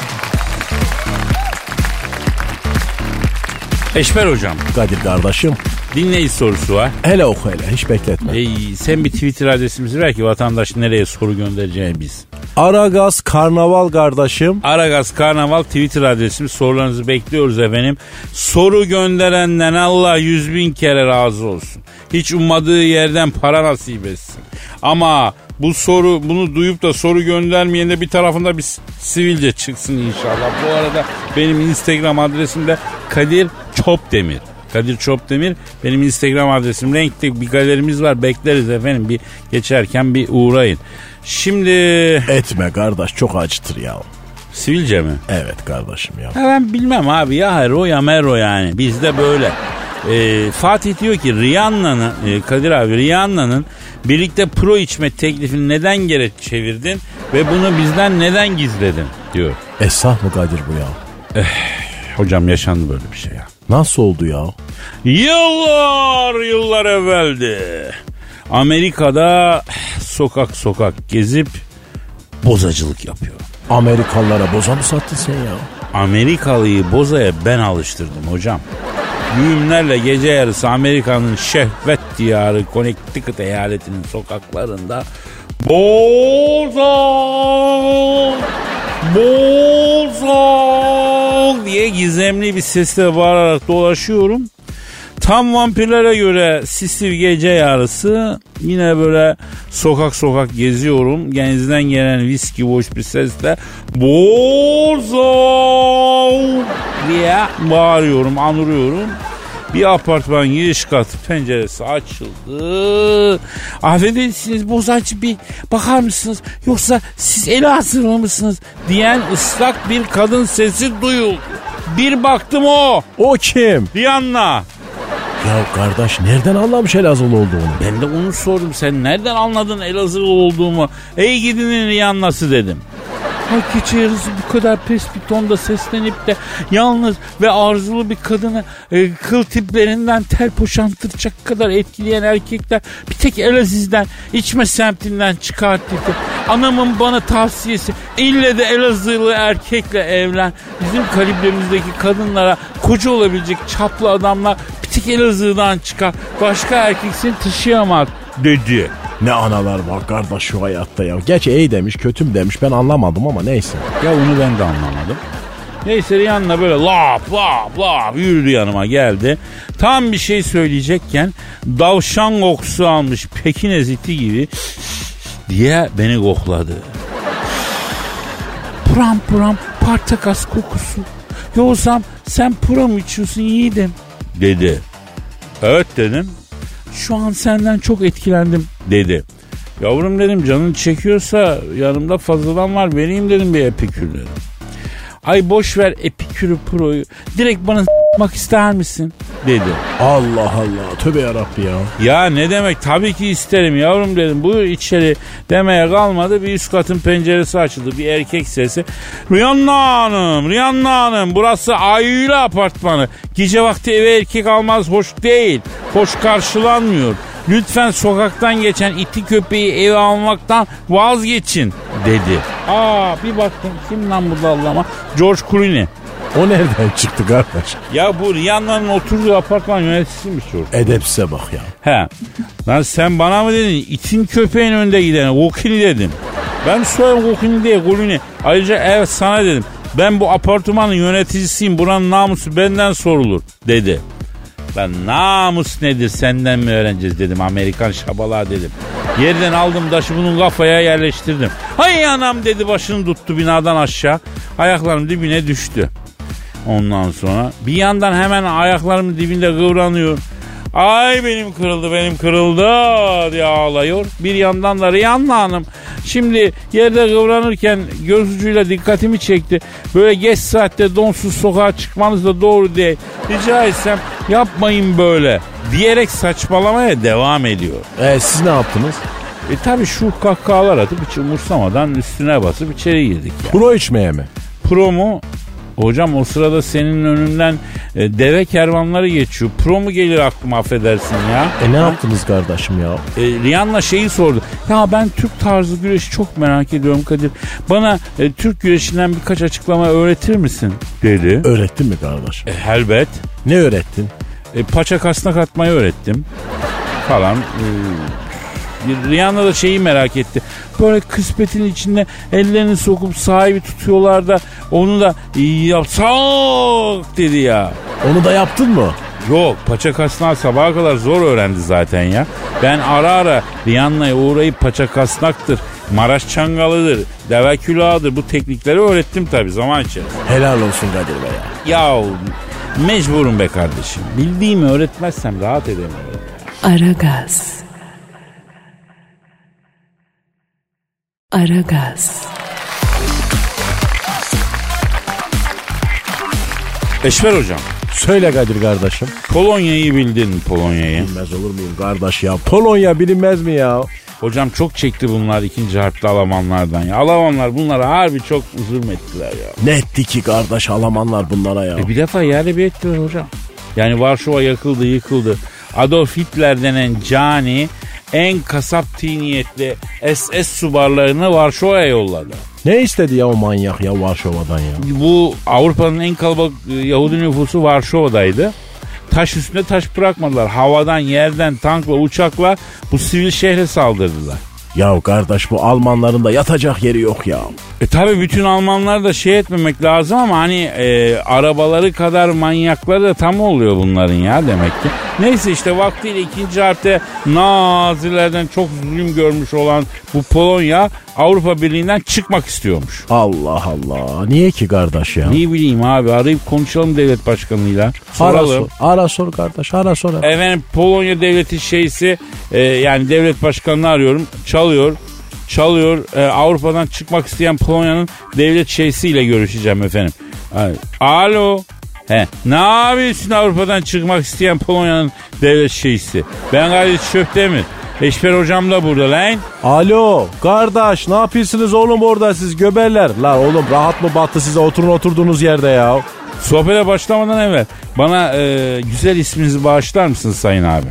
C: Eşber hocam.
D: Kadir kardeşim.
C: Dinleyici sorusu var.
D: Hele oku hele hiç bekletme.
C: Ee, sen bir Twitter adresimizi ver ki vatandaş nereye soru göndereceğini biz.
D: Aragaz Karnaval kardeşim.
C: Aragaz Karnaval Twitter adresimiz. Sorularınızı bekliyoruz efendim. Soru gönderenden Allah yüz bin kere razı olsun. Hiç ummadığı yerden para nasip etsin. Ama bu soru bunu duyup da soru göndermeyen de bir tarafında bir sivilce çıksın inşallah. Bu arada benim Instagram adresim de Kadir Çopdemir. Kadir Çopdemir benim Instagram adresim. Renkli bir galerimiz var. Bekleriz efendim. Bir geçerken bir uğrayın. Şimdi...
D: Etme kardeş çok acıtır ya.
C: Sivilce mi?
D: Evet kardeşim ya.
C: Ha ben bilmem abi ya hero ya mero yani. Bizde böyle. Ee, Fatih diyor ki Rihanna'nın e, Kadir abi Rihanna'nın birlikte pro içme teklifini neden geri çevirdin ve bunu bizden neden gizledin diyor.
D: Esah mı Kadir bu ya?
C: Eh, hocam yaşandı böyle bir şey ya.
D: Nasıl oldu ya?
C: Yıllar yıllar evveldi. Amerika'da sokak sokak gezip bozacılık yapıyor.
D: Amerikalılara boza mı sattın sen ya?
C: Amerikalıyı bozaya ben alıştırdım hocam. Düğümlerle gece yarısı Amerika'nın şehvet diyarı Connecticut eyaletinin sokaklarında boza boza diye gizemli bir sesle bağırarak dolaşıyorum. Tam vampirlere göre sisli gece yarısı yine böyle sokak sokak geziyorum. Genzden gelen viski boş bir sesle boza diye bağırıyorum, anırıyorum. Bir apartman giriş katı penceresi açıldı. Affedersiniz bozacı bir bakar mısınız? Yoksa siz Elazığlı mısınız? Diyen ıslak bir kadın sesi duyuldu. Bir baktım o.
D: O kim?
C: Rihanna.
D: Ya kardeş nereden anlamış Elazığlı olduğunu?
C: Ben de onu sordum. Sen nereden anladın Elazığlı olduğumu? Ey gidinin Rihanna'sı dedim. Ay gece yarısı bu kadar pes bir tonda seslenip de yalnız ve arzulu bir kadını e, kıl tiplerinden tel boşantıracak kadar etkileyen erkekler bir tek Elaziz'den içme semtinden çıkartıldı. Anamın bana tavsiyesi ille de Elazığlı erkekle evlen. Bizim kalibremizdeki kadınlara koca olabilecek çaplı adamlar bir tek Elazığ'dan çıkar. Başka erkek seni taşıyamaz dedi.
D: Ne analar var kardeş şu hayatta ya. Gerçi iyi demiş kötü mü demiş ben anlamadım ama neyse.
C: Ya onu ben de anlamadım. Neyse yanına böyle lap lap lap yürüdü yanıma geldi. Tam bir şey söyleyecekken davşan kokusu almış Pekin eziti gibi diye beni kokladı. Pram pram partakas kokusu. Yoksa sen pram içiyorsun yiğidim dedi. Evet dedim. Şu an senden çok etkilendim dedi. Yavrum dedim canın çekiyorsa yanımda fazladan var vereyim dedim bir epikür dedim. Ay boş ver epikürü proyu direkt bana bak ister misin dedi.
D: Allah Allah, tövbe yarabbi ya.
C: Ya ne demek, tabii ki isterim yavrum dedim. Buyur içeri demeye kalmadı. Bir üst katın penceresi açıldı, bir erkek sesi. Rihanna Hanım, Rihanna Hanım, burası aile apartmanı. Gece vakti eve erkek almaz, hoş değil. Hoş karşılanmıyor. Lütfen sokaktan geçen iti köpeği eve almaktan vazgeçin dedi. Aa bir baktım, kim lan bu dallama? George Clooney.
D: O nereden çıktı kardeş?
C: Ya bu Rihanna'nın oturduğu apartman yöneticisiymiş George.
D: Edepsize bak ya.
C: He. Lan sen bana mı dedin? İtin köpeğin önünde gidene. Gokini dedim. Ben soyum Gokini diye Clooney. Ayrıca evet sana dedim. Ben bu apartmanın yöneticisiyim. Buranın namusu benden sorulur dedi. Ben namus nedir senden mi öğreneceğiz dedim. Amerikan şabala dedim. Yerden aldım taşı bunun kafaya yerleştirdim. Hay anam dedi, başını tuttu binadan aşağı. Ayaklarım dibine düştü. Ondan sonra bir yandan hemen ayaklarımın dibinde kıvranıyor. Ay benim kırıldı benim kırıldı diye ağlıyor. Bir yandan da Rihanna Hanım şimdi yerde kıvranırken göz ucuyla dikkatimi çekti. Böyle geç saatte donsuz sokağa çıkmanız da doğru değil. Rica etsem yapmayın böyle diyerek saçmalamaya devam ediyor.
D: E siz ne yaptınız?
C: E tabi şu kahkahalar atıp hiç umursamadan üstüne basıp içeri girdik ya.
D: Pro içmeye mi?
C: Pro mu? Hocam o sırada senin önünden e, deve kervanları geçiyor. Pro mu gelir aklıma, affedersin ya?
D: E ne ha? yaptınız kardeşim ya?
C: E, Rihanna şeyi sordu. Ya ben Türk tarzı güreşi çok merak ediyorum Kadir. Bana e, Türk güreşinden birkaç açıklama öğretir misin? Dedi.
D: Öğrettin mi kardeş?
C: E, elbet.
D: Ne öğrettin?
C: E, paça kasnak atmayı öğrettim. Falan. E, Rihanna da şeyi merak etti. Böyle kısmetin içinde ellerini sokup sahibi tutuyorlar da onu da yapsak dedi ya.
D: Onu da yaptın mı?
C: Yok, paça kasnağı sabaha kadar zor öğrendi zaten ya. Ben ara ara Rihanna'ya uğrayıp paça kasnaktır, Maraş çangalıdır, deve külahıdır, bu teknikleri öğrettim tabii zaman içerisinde.
D: Helal olsun Kadir Bey ya.
C: Ya mecburum be kardeşim. Bildiğimi öğretmezsem rahat edemiyorum.
B: Aragaz. Aragaz.
C: Eşver hocam.
D: Söyle Kadir kardeşim.
C: Polonya'yı bildin mi, Polonya'yı?
D: Bilmez olur muyum kardeş ya? Polonya bilinmez mi ya?
C: Hocam çok çekti bunlar ikinci harpte Almanlardan ya. Almanlar bunlara harbi çok zulmettiler ya.
D: Ne etti ki kardeş Almanlar bunlara ya?
C: E bir defa yerle bir ettiler hocam. Yani Varşova yakıldı yıkıldı. Adolf Hitler denen cani en kasap niyetli S S subarlarını Varşova'ya yolladı.
D: Ne istedi ya o manyak ya Varşova'dan ya?
C: Bu Avrupa'nın en kalabalık Yahudi nüfusu Varşova'daydı. Taş üstünde taş bırakmadılar. Havadan, yerden, tankla, uçakla bu sivil şehre saldırdılar.
D: Ya kardeş bu Almanların da yatacak yeri yok ya.
C: E tabi bütün Almanlar da şey etmemek lazım ama hani e, arabaları kadar manyakları da tam oluyor bunların ya demek ki. Neyse işte vaktiyle ikinci harpte Nazilerden çok zulüm görmüş olan bu Polonya Avrupa Birliği'nden çıkmak istiyormuş.
D: Allah Allah. Niye ki kardeş ya?
C: Ne bileyim abi, arayıp konuşalım devlet başkanıyla. Soralım.
D: Ara sor, ara sor kardeş ara sor.
C: Efendim Polonya devleti şeysi e, yani devlet başkanını arıyorum. Çalıyor. Çalıyor. E, Avrupa'dan çıkmak isteyen Polonya'nın devlet şeysiyle görüşeceğim efendim. Alo. He. Ne yapıyorsun Avrupa'dan çıkmak isteyen Polonya'nın devlet şeysi? Ben Kadir Çöptemir. Eşber hocam da burada lan.
D: Alo kardeş ne yapıyorsunuz oğlum orada siz göberler? La oğlum rahat mı battı size, oturun oturduğunuz yerde ya.
C: Sohbete başlamadan evvel bana e, güzel isminizi bağışlar mısınız sayın abi?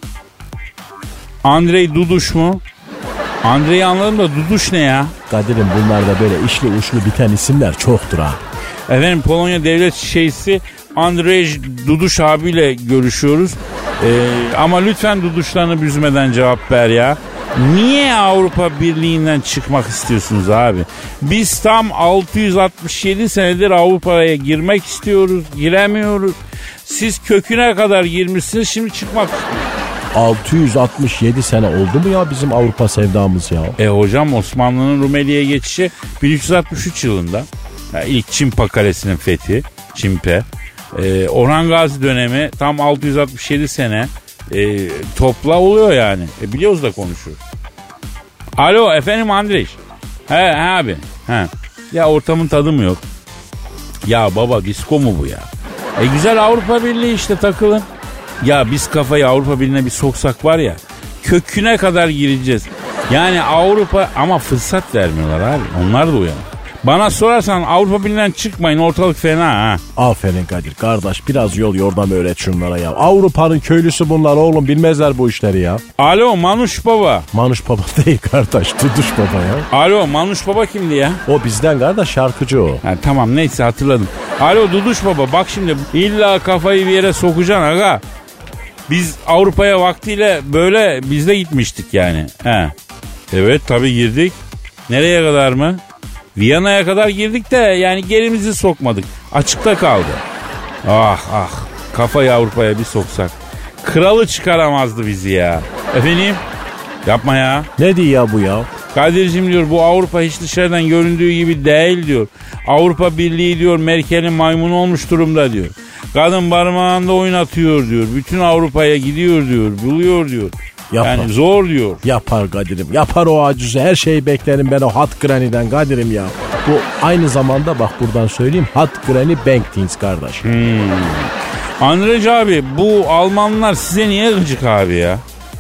C: Andrei Duduş mu? Andrei'yi anladım da Duduş ne ya?
D: Kadir'im bunlarda böyle işli uçlu biten isimler çoktur ha.
C: Efendim Polonya devlet şeysi Andrzej Duduş abiyle görüşüyoruz. Ee, ama lütfen Duduşlarını büzmeden cevap ver ya. Niye Avrupa Birliği'nden çıkmak istiyorsunuz abi? Biz tam altı yüz altmış yedi senedir Avrupa'ya girmek istiyoruz, giremiyoruz. Siz köküne kadar girmişsiniz, şimdi çıkmak istiyorsunuz.
D: altı yüz altmış yedi sene oldu mu ya bizim Avrupa sevdamız ya?
C: E hocam Osmanlı'nın Rumeli'ye geçişi bin üç yüz altmış üç yılında. Yani ilk Çimpa Kalesi'nin fethi, Çimpe. Ee, Orhan Gazi dönemi tam altı yüz altmış yedi sene e, topla oluyor yani. E, biliyoruz da konuşuyoruz. Alo efendim Andrej. He, he abi. He. Ya ortamın tadı mı yok? Ya baba disko mu bu ya? E güzel, Avrupa Birliği işte, takılın. Ya biz kafayı Avrupa Birliği'ne bir soksak var ya, köküne kadar gireceğiz. Yani Avrupa, ama fırsat vermiyorlar abi. Onlar da uyanık. Bana sorarsan Avrupa Birliği'nden çıkmayın, ortalık fena ha.
D: Aferin Kadir kardeş, biraz yol yordam öğret şunlara ya. Avrupa'nın köylüsü bunlar oğlum, bilmezler bu işleri ya.
C: Alo Manuş Baba.
D: Manuş Baba değil kardeş, Duduş Baba ya.
C: Alo Manuş Baba kimdi ya?
D: O bizden kardeş, şarkıcı o.
C: Ha, tamam neyse, hatırladım. Alo Duduş Baba, bak şimdi illa kafayı bir yere sokacaksın aga. Biz Avrupa'ya vaktiyle böyle biz de gitmiştik yani. He. Evet tabii girdik. Nereye kadar mı? Viyana'ya kadar girdik de yani gerimizi sokmadık. Açıkta kaldı. Ah ah, kafayı Avrupa'ya bir soksak. Kralı çıkaramazdı bizi ya. Efendim? Yapma ya.
D: Ne diyor ya bu ya?
C: Kadir'cim diyor, bu Avrupa hiç dışarıdan göründüğü gibi değil diyor. Avrupa Birliği diyor Merkel'in maymunu olmuş durumda diyor. Kadın parmağında oynatıyor diyor. Bütün Avrupa'ya gidiyor diyor. Buluyor diyor.
D: Yapar.
C: Yani zor diyor.
D: Yapar Kadir'im. Yapar o acizi. Her şeyi beklerim ben o Hot Granny'den Kadir'im ya. Bu aynı zamanda bak buradan söyleyeyim, Hot Granny Bank Things kardeş.
C: Hmm. Andreci abi, bu Almanlar size niye gıcık abi ya?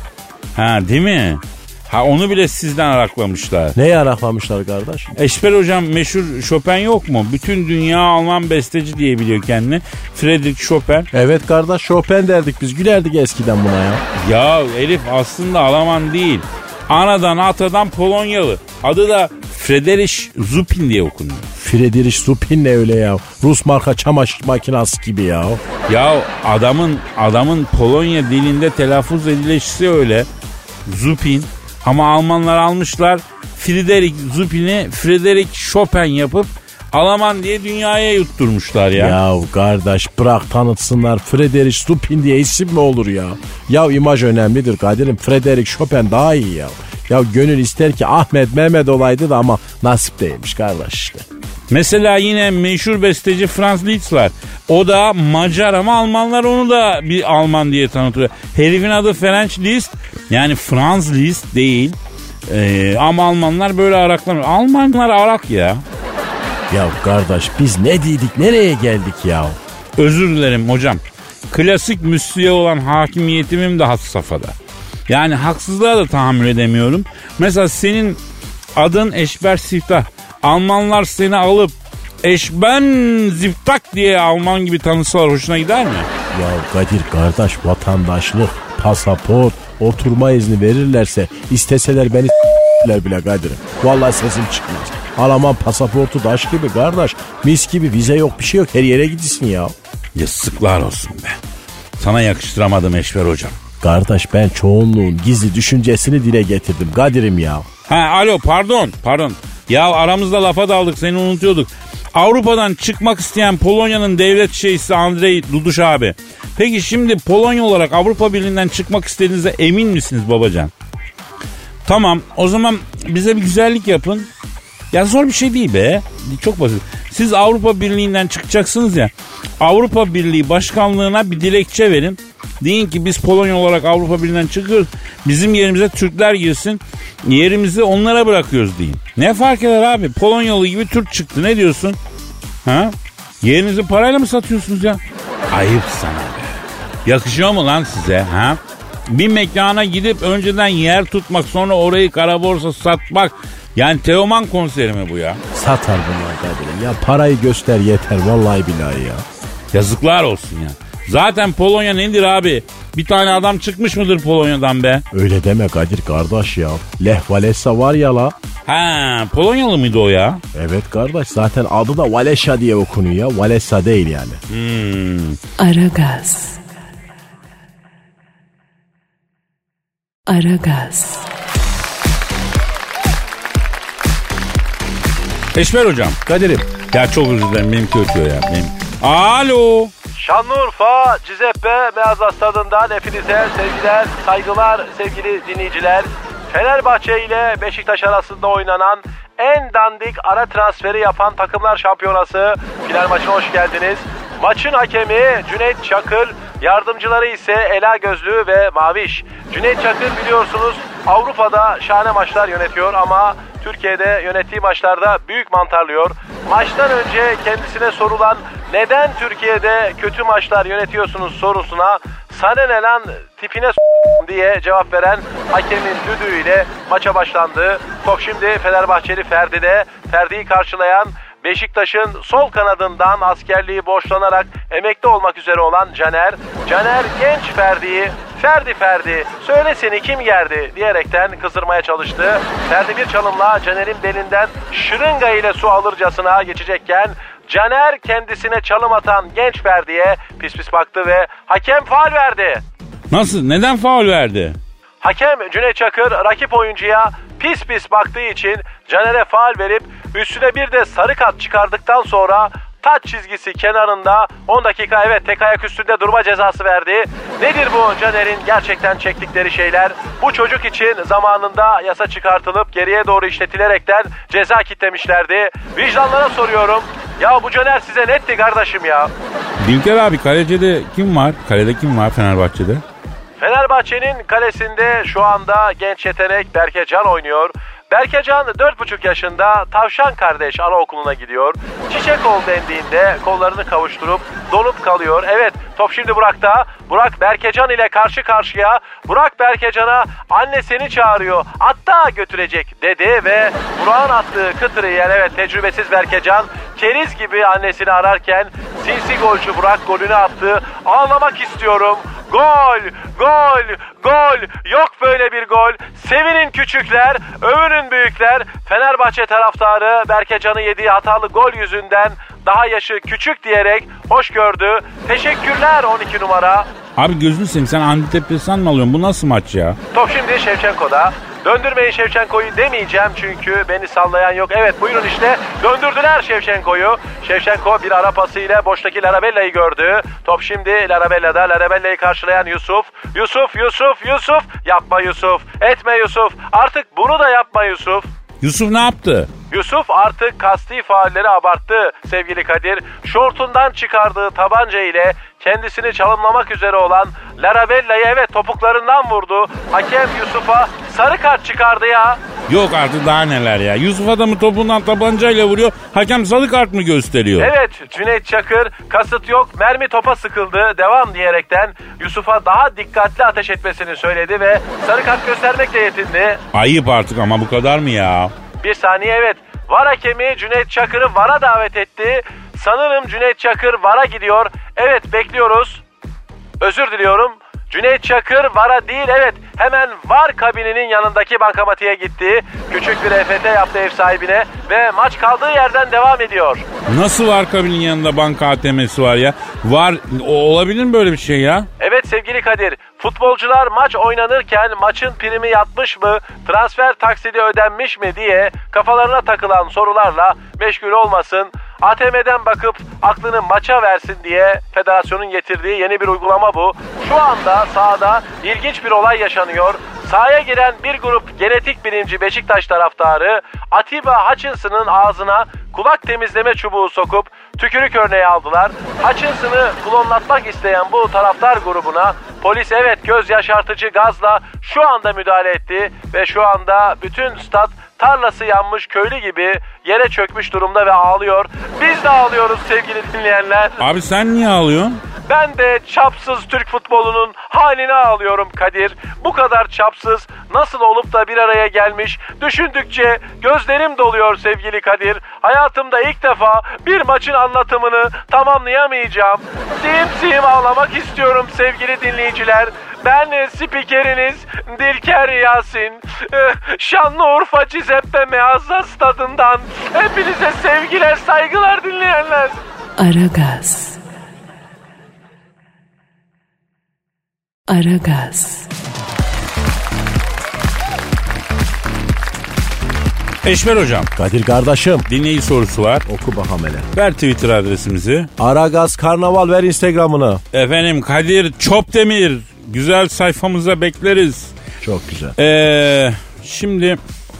C: Ha değil mi? Ha onu bile sizden araklamışlar.
D: Neyi araklamışlar kardeş?
C: Eşber hocam, meşhur Chopin yok mu? Bütün dünya Alman besteci diye biliyor kendini. Friedrich Chopin.
D: Evet kardeş, Chopin derdik biz, gülerdik eskiden buna ya.
C: Ya Elif aslında Alman değil. Anadan atadan Polonyalı. Adı da Friedrich Chopin diye okunuyor.
D: Friedrich Chopin ne öyle ya? Rus marka çamaşır makinası gibi ya.
C: Ya adamın adamın Polonya dilinde telaffuz edilişi öyle. Chopin. Ama Almanlar almışlar Friedrich Chopin'i Friedrich Chopin yapıp Alman diye dünyaya yutturmuşlar ya.
D: Ya kardeş bırak tanıtsınlar, Friedrich Chopin diye isim mi olur ya? Ya imaj önemlidir Kadir'im, Friedrich Chopin daha iyi ya. Ya gönül ister ki Ahmet Mehmet olaydı da ama nasip değilmiş kardeş işte.
C: Mesela yine meşhur besteci Franz Liszt var. O da Macar ama Almanlar onu da bir Alman diye tanıtıyor. Herifin adı Ferenc Liszt, yani Franz Liszt değil. Ee, ama Almanlar böyle araklanıyor. Almanlar arak ya.
D: Ya kardeş biz ne dedik, nereye geldik ya?
C: Özür dilerim hocam. Klasik müstiğe olan hakimiyetimim de has safhada. Yani haksızlığa da tahammül edemiyorum. Mesela senin adın Eşber Siftah. Almanlar seni alıp Eşben Ziftak diye Alman gibi tanısalar hoşuna gider mi?
D: Ya Kadir kardeş, vatandaşlık, pasaport, oturma izni verirlerse isteseler beni s**ler bile Kadir'im. Vallahi sesim çıkmaz. Alman pasaportu taş gibi kardeş. Mis gibi, vize yok, bir şey yok. Her yere gidiyorsun ya.
C: Yazıklar olsun be. Sana yakıştıramadım Eşber hocam.
D: Kardeş ben çoğunluğun gizli düşüncesini dile getirdim Kadir'im ya.
C: Ha alo pardon pardon. Ya aramızda lafa daldık, seni unutuyorduk. Avrupa'dan çıkmak isteyen Polonya'nın devlet şeyhisi Andrei Duduş abi. Peki şimdi Polonya olarak Avrupa Birliği'nden çıkmak istediğinizde emin misiniz babacan? Tamam, o zaman bize bir güzellik yapın. Ya zor bir şey değil be. Çok basit. Siz Avrupa Birliği'nden çıkacaksınız ya. Avrupa Birliği Başkanlığı'na bir dilekçe verin. Deyin ki biz Polonya olarak Avrupa Birliği'nden çıkıyoruz. Bizim yerimize Türkler girsin. Yerimizi onlara bırakıyoruz deyin. Ne fark eder abi? Polonyalı gibi Türk çıktı. Ne diyorsun? Ha? Yerinizi parayla mı satıyorsunuz ya? Ayıp sana be. Yakışıyor mu lan size? Ha? Bir mekana gidip önceden yer tutmak, sonra orayı kara borsa satmak. Yani Teoman konseri mi bu ya?
D: Satar bunlar Kadir'im. Ya parayı göster yeter vallahi billahi ya.
C: Yazıklar olsun ya. Zaten Polonya nedir abi? Bir tane adam çıkmış mıdır Polonya'dan be?
D: Öyle deme Kadir kardeş ya. Lech Walesa var ya la.
C: Ha, Polonyalı mıydı o ya?
D: Evet kardeş, zaten adı da Walesa diye okunuyor ya. Walesa değil yani.
C: Hmm.
B: Aragaz. Aragaz.
C: Eşber hocam.
D: Kadir'im.
C: Ya çok özür dilerim, benimki ötüyor ya. Benim... Alo.
A: Şanlıurfa Giuseppe Meazza Stadı'ndan hepinize sevgiler, saygılar sevgili dinleyiciler. Fenerbahçe ile Beşiktaş arasında oynanan en dandik ara transferi yapan Takımlar Şampiyonası final maçına hoş geldiniz. Maçın hakemi Cüneyt Çakır, yardımcıları ise Ela Gözlü ve Maviş. Cüneyt Çakır biliyorsunuz Avrupa'da şahane maçlar yönetiyor ama Türkiye'de yönettiği maçlarda büyük mantarlıyor. Maçtan önce kendisine sorulan neden Türkiye'de kötü maçlar yönetiyorsunuz sorusuna sana ne lan tipine s- diye cevap veren hakemin düdüğüyle maça başlandı. Top şimdi Fenerbahçeli Ferdi'de. Ferdi'yi karşılayan Beşiktaş'ın sol kanadından askerliği borçlanarak emekli olmak üzere olan Caner. Caner genç Ferdi'yi Ferdi Ferdi söyle seni kim gerdi diyerekten kızdırmaya çalıştı. Ferdi bir çalımla Caner'in belinden şırınga ile su alırcasına geçecekken Caner kendisine çalım atan genç Ferdi'ye pis pis baktı ve hakem faul verdi.
C: Nasıl? Neden faul verdi?
A: Hakem Cüneyt Çakır rakip oyuncuya pis pis baktığı için Caner'e faul verip üstüne bir de sarı kart çıkardıktan sonra taç çizgisi kenarında on dakika evet tek ayak üstünde durma cezası verdi. Nedir bu Caner'in gerçekten çektikleri şeyler? Bu çocuk için zamanında yasa çıkartılıp geriye doğru işletilerekten ceza kitlemişlerdi. Vicdanlara soruyorum. Ya bu Caner size netti kardeşim ya?
C: Dilker abi kalecide kim var? Kalede kim var Fenerbahçe'de?
A: Fenerbahçe'nin kalesinde şu anda genç yetenek Berkecan oynuyor. Berkecan dört buçuk yaşında Tavşan Kardeş Anaokulu'na gidiyor. Çiçek ol dendiğinde kollarını kavuşturup donup kalıyor. Evet, top şimdi Burak'ta. Burak Berkecan ile karşı karşıya. Burak Berkecan'a anne seni çağırıyor, hatta götürecek dedi ve Burak'ın attığı kıtırı yer evet tecrübesiz Berkecan keriz gibi annesini ararken sinsi golcü Burak golünü attı. Ağlamak istiyorum. Gol, gol, gol. Yok böyle bir gol. Sevinin küçükler, övünün büyükler. Fenerbahçe taraftarı Berkecan'ı yediği hatalı gol yüzünden daha yaşı küçük diyerek hoş gördü. Teşekkürler on iki numara.
C: Abi gözünü seveyim, sen antidepresan mı alıyorsun? Bu nasıl maç ya?
A: Top şimdi Şevçenko'da. Döndürmeyin Şevçenko'yu demeyeceğim çünkü beni sallayan yok. Evet buyurun işte döndürdüler Şevçenko'yu. Şevçenko bir ara pasıyla boştaki Larabella'yı gördü. Top şimdi Larabella'da. Larabella'yı karşılayan Yusuf. Yusuf, Yusuf, Yusuf. Yapma Yusuf. Etme Yusuf. Artık bunu da yapma Yusuf.
C: Yusuf ne yaptı?
A: Yusuf artık kasti faulleri abarttı sevgili Kadir. Şortundan çıkardığı tabanca ile kendisini çalımlamak üzere olan Larabella'yı evet topuklarından vurdu. Hakem Yusuf'a sarı kart çıkardı ya.
C: Yok artık daha neler ya. Yusuf adamı topundan tabancayla vuruyor. Hakem sarı kart mı gösteriyor?
A: Evet Cüneyt Çakır kasıt yok mermi topa sıkıldı devam diyerekten Yusuf'a daha dikkatli ateş etmesini söyledi ve sarı kart göstermekle yetindi.
C: Ayıp artık ama bu kadar mı ya?
A: Bir saniye evet. VAR hakemi Cüneyt Çakır'ı VAR'a davet etti. Sanırım Cüneyt Çakır VAR'a gidiyor. Evet bekliyoruz. Özür diliyorum. Cüneyt Çakır VAR'a değil evet hemen VAR kabininin yanındaki bankamatiğe gitti. Küçük bir E F T yaptı ev sahibine ve maç kaldığı yerden devam ediyor.
C: Nasıl VAR kabinin yanında banka A T M'si var ya? VAR o, olabilir mi böyle bir şey ya?
A: Evet sevgili Kadir, futbolcular maç oynanırken maçın primi yatmış mı, transfer taksidi ödenmiş mi diye kafalarına takılan sorularla meşgul olmasın. A T M'den bakıp aklını maça versin diye federasyonun getirdiği yeni bir uygulama bu. Şu anda sahada ilginç bir olay yaşanıyor. Sahaya giren bir grup genetik bilimci Beşiktaş taraftarı Atiba Hutchinson'ın ağzına kulak temizleme çubuğu sokup tükürük örneği aldılar. Hutchinson'ı klonlatmak isteyen bu taraftar grubuna polis evet göz yaşartıcı gazla şu anda müdahale etti ve şu anda bütün stat tarlası yanmış köylü gibi yere çökmüş durumda ve ağlıyor. Biz de ağlıyoruz sevgili dinleyenler.
C: Abi sen niye ağlıyorsun?
A: Ben de çapsız Türk futbolunun haline ağlıyorum Kadir. Bu kadar çapsız nasıl olup da bir araya gelmiş düşündükçe gözlerim doluyor sevgili Kadir. Hayatımda ilk defa bir maçın anlatımını tamamlayamayacağım. Sim sim ağlamak istiyorum sevgili dinleyiciler. Ben spikeriniz Dilker Yasin. Şanlıurfa Giuseppe Meazza stadından hepinize sevgiler saygılar dinleyenler.
B: Aragaz. Aragaz.
C: Eşver hocam.
D: Kadir kardeşim.
C: Dinleyici sorusu var.
D: Oku bakalım hele.
C: Ver Twitter adresimizi.
D: Aragaz Karnaval ver Instagram'ını.
C: Efendim Kadir Çopdemir. Güzel sayfamıza bekleriz.
D: Çok güzel.
C: Ee, şimdi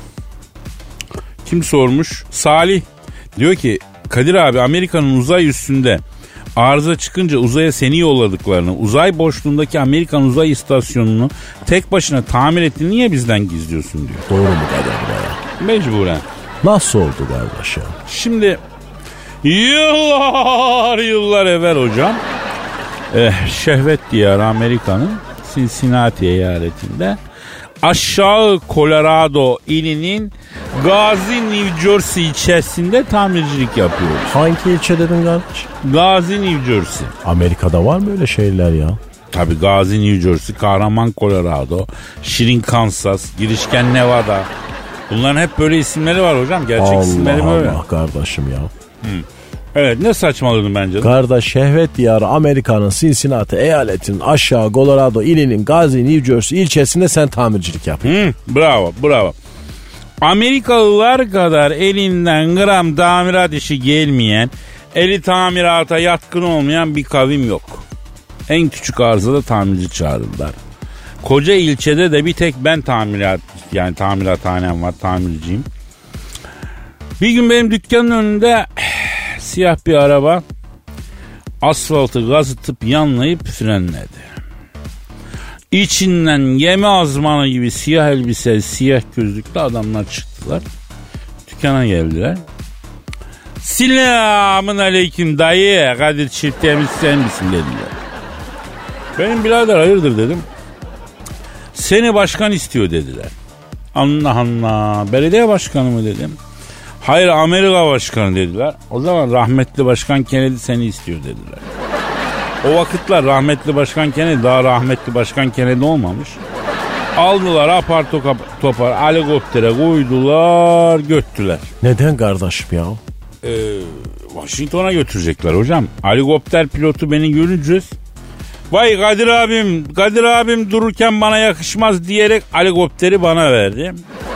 C: kim sormuş? Salih diyor ki Kadir abi Amerika'nın uzay üstünde arıza çıkınca uzaya seni yolladıklarını, uzay boşluğundaki Amerikan uzay istasyonunu tek başına tamir ettiğini niye bizden gizliyorsun diyor.
D: Doğru mu Kadir buraya?
C: Mecburen.
D: Nasıl oldu kardeşim?
C: Şimdi Yıllar yıllar evvel hocam. Eh, şehvet diyarı Amerika'nın Cincinnati eyaletinde aşağı Colorado ilinin Gazi New Jersey ilçesinde tamircilik yapıyoruz.
D: Hangi ilçe dedin kardeş?
C: Gazi New Jersey.
D: Amerika'da var mı öyle şeyler ya?
C: Tabii Gazi New Jersey, Kahraman Colorado, Şirin Kansas, Girişken Nevada. Bunların hep böyle isimleri var hocam. Gerçek
D: Allah
C: isimleri böyle.
D: Allah kardeşim ya.
C: Hı. Evet, ne saçmaladın bence?
D: Kardeş, şehvet diyarı Amerika'nın Cincinnati eyaletinin aşağı Colorado ilinin Gazi New Jersey ilçesinde sen tamircilik yapıyorsun.
C: Hı, bravo bravo. Amerikalılar kadar elinden gram tamirat işi gelmeyen, eli tamirata yatkın olmayan bir kavim yok. En küçük arızada tamirci çağırırlar. Koca ilçede de bir tek ben tamirat, yani tamirathanem var, tamirciyim. Bir gün benim dükkanın önünde siyah bir araba asfaltı gazıtıp yanlayıp frenledi. İçinden gemi azmanı gibi siyah elbiseli, siyah gözlüklü adamlar çıktılar. Dükkana geldiler. Selamün aleyküm dayı, Kadir Çiftemiz sen misin dediler. Benim birader hayırdır dedim. Seni başkan istiyor dediler. Allah Allah, belediye başkanı mı dedim. Hayır, Amerika başkanı dediler. O zaman rahmetli başkan Kennedy seni istiyor dediler. O vakitler rahmetli başkan Kennedy daha rahmetli başkan Kennedy olmamış. Aldılar apar topar helikoptere koydular, götürdüler.
D: Neden kardeşim ya?
C: Ee, Washington'a götürecekler hocam. Helikopter pilotu beni görünce vay Kadir abim, Kadir abim dururken bana yakışmaz diyerek helikopteri bana verdi.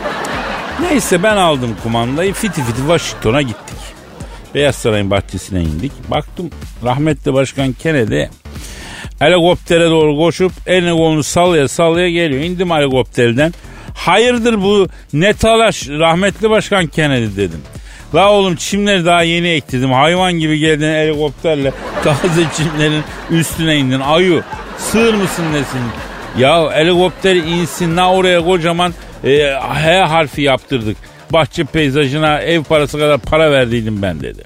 C: Neyse ben aldım kumandayı, fiti fiti Washington'a gittik. Beyaz Saray'ın bahçesine indik. Baktım rahmetli başkan Kennedy helikoptere doğru koşup elini kolunu sallaya sallaya geliyor. İndim helikopterden. Hayırdır bu ne talaş rahmetli başkan Kennedy dedim. La oğlum çimleri daha yeni ektirdim. Hayvan gibi geldin helikopterle taze çimlerin üstüne indin. Ayu sığır mısın nesin? Ya helikopter insin la oraya kocaman e, H harfi yaptırdık. Bahçe peyzajına ev parası kadar para verdiydim ben dedi.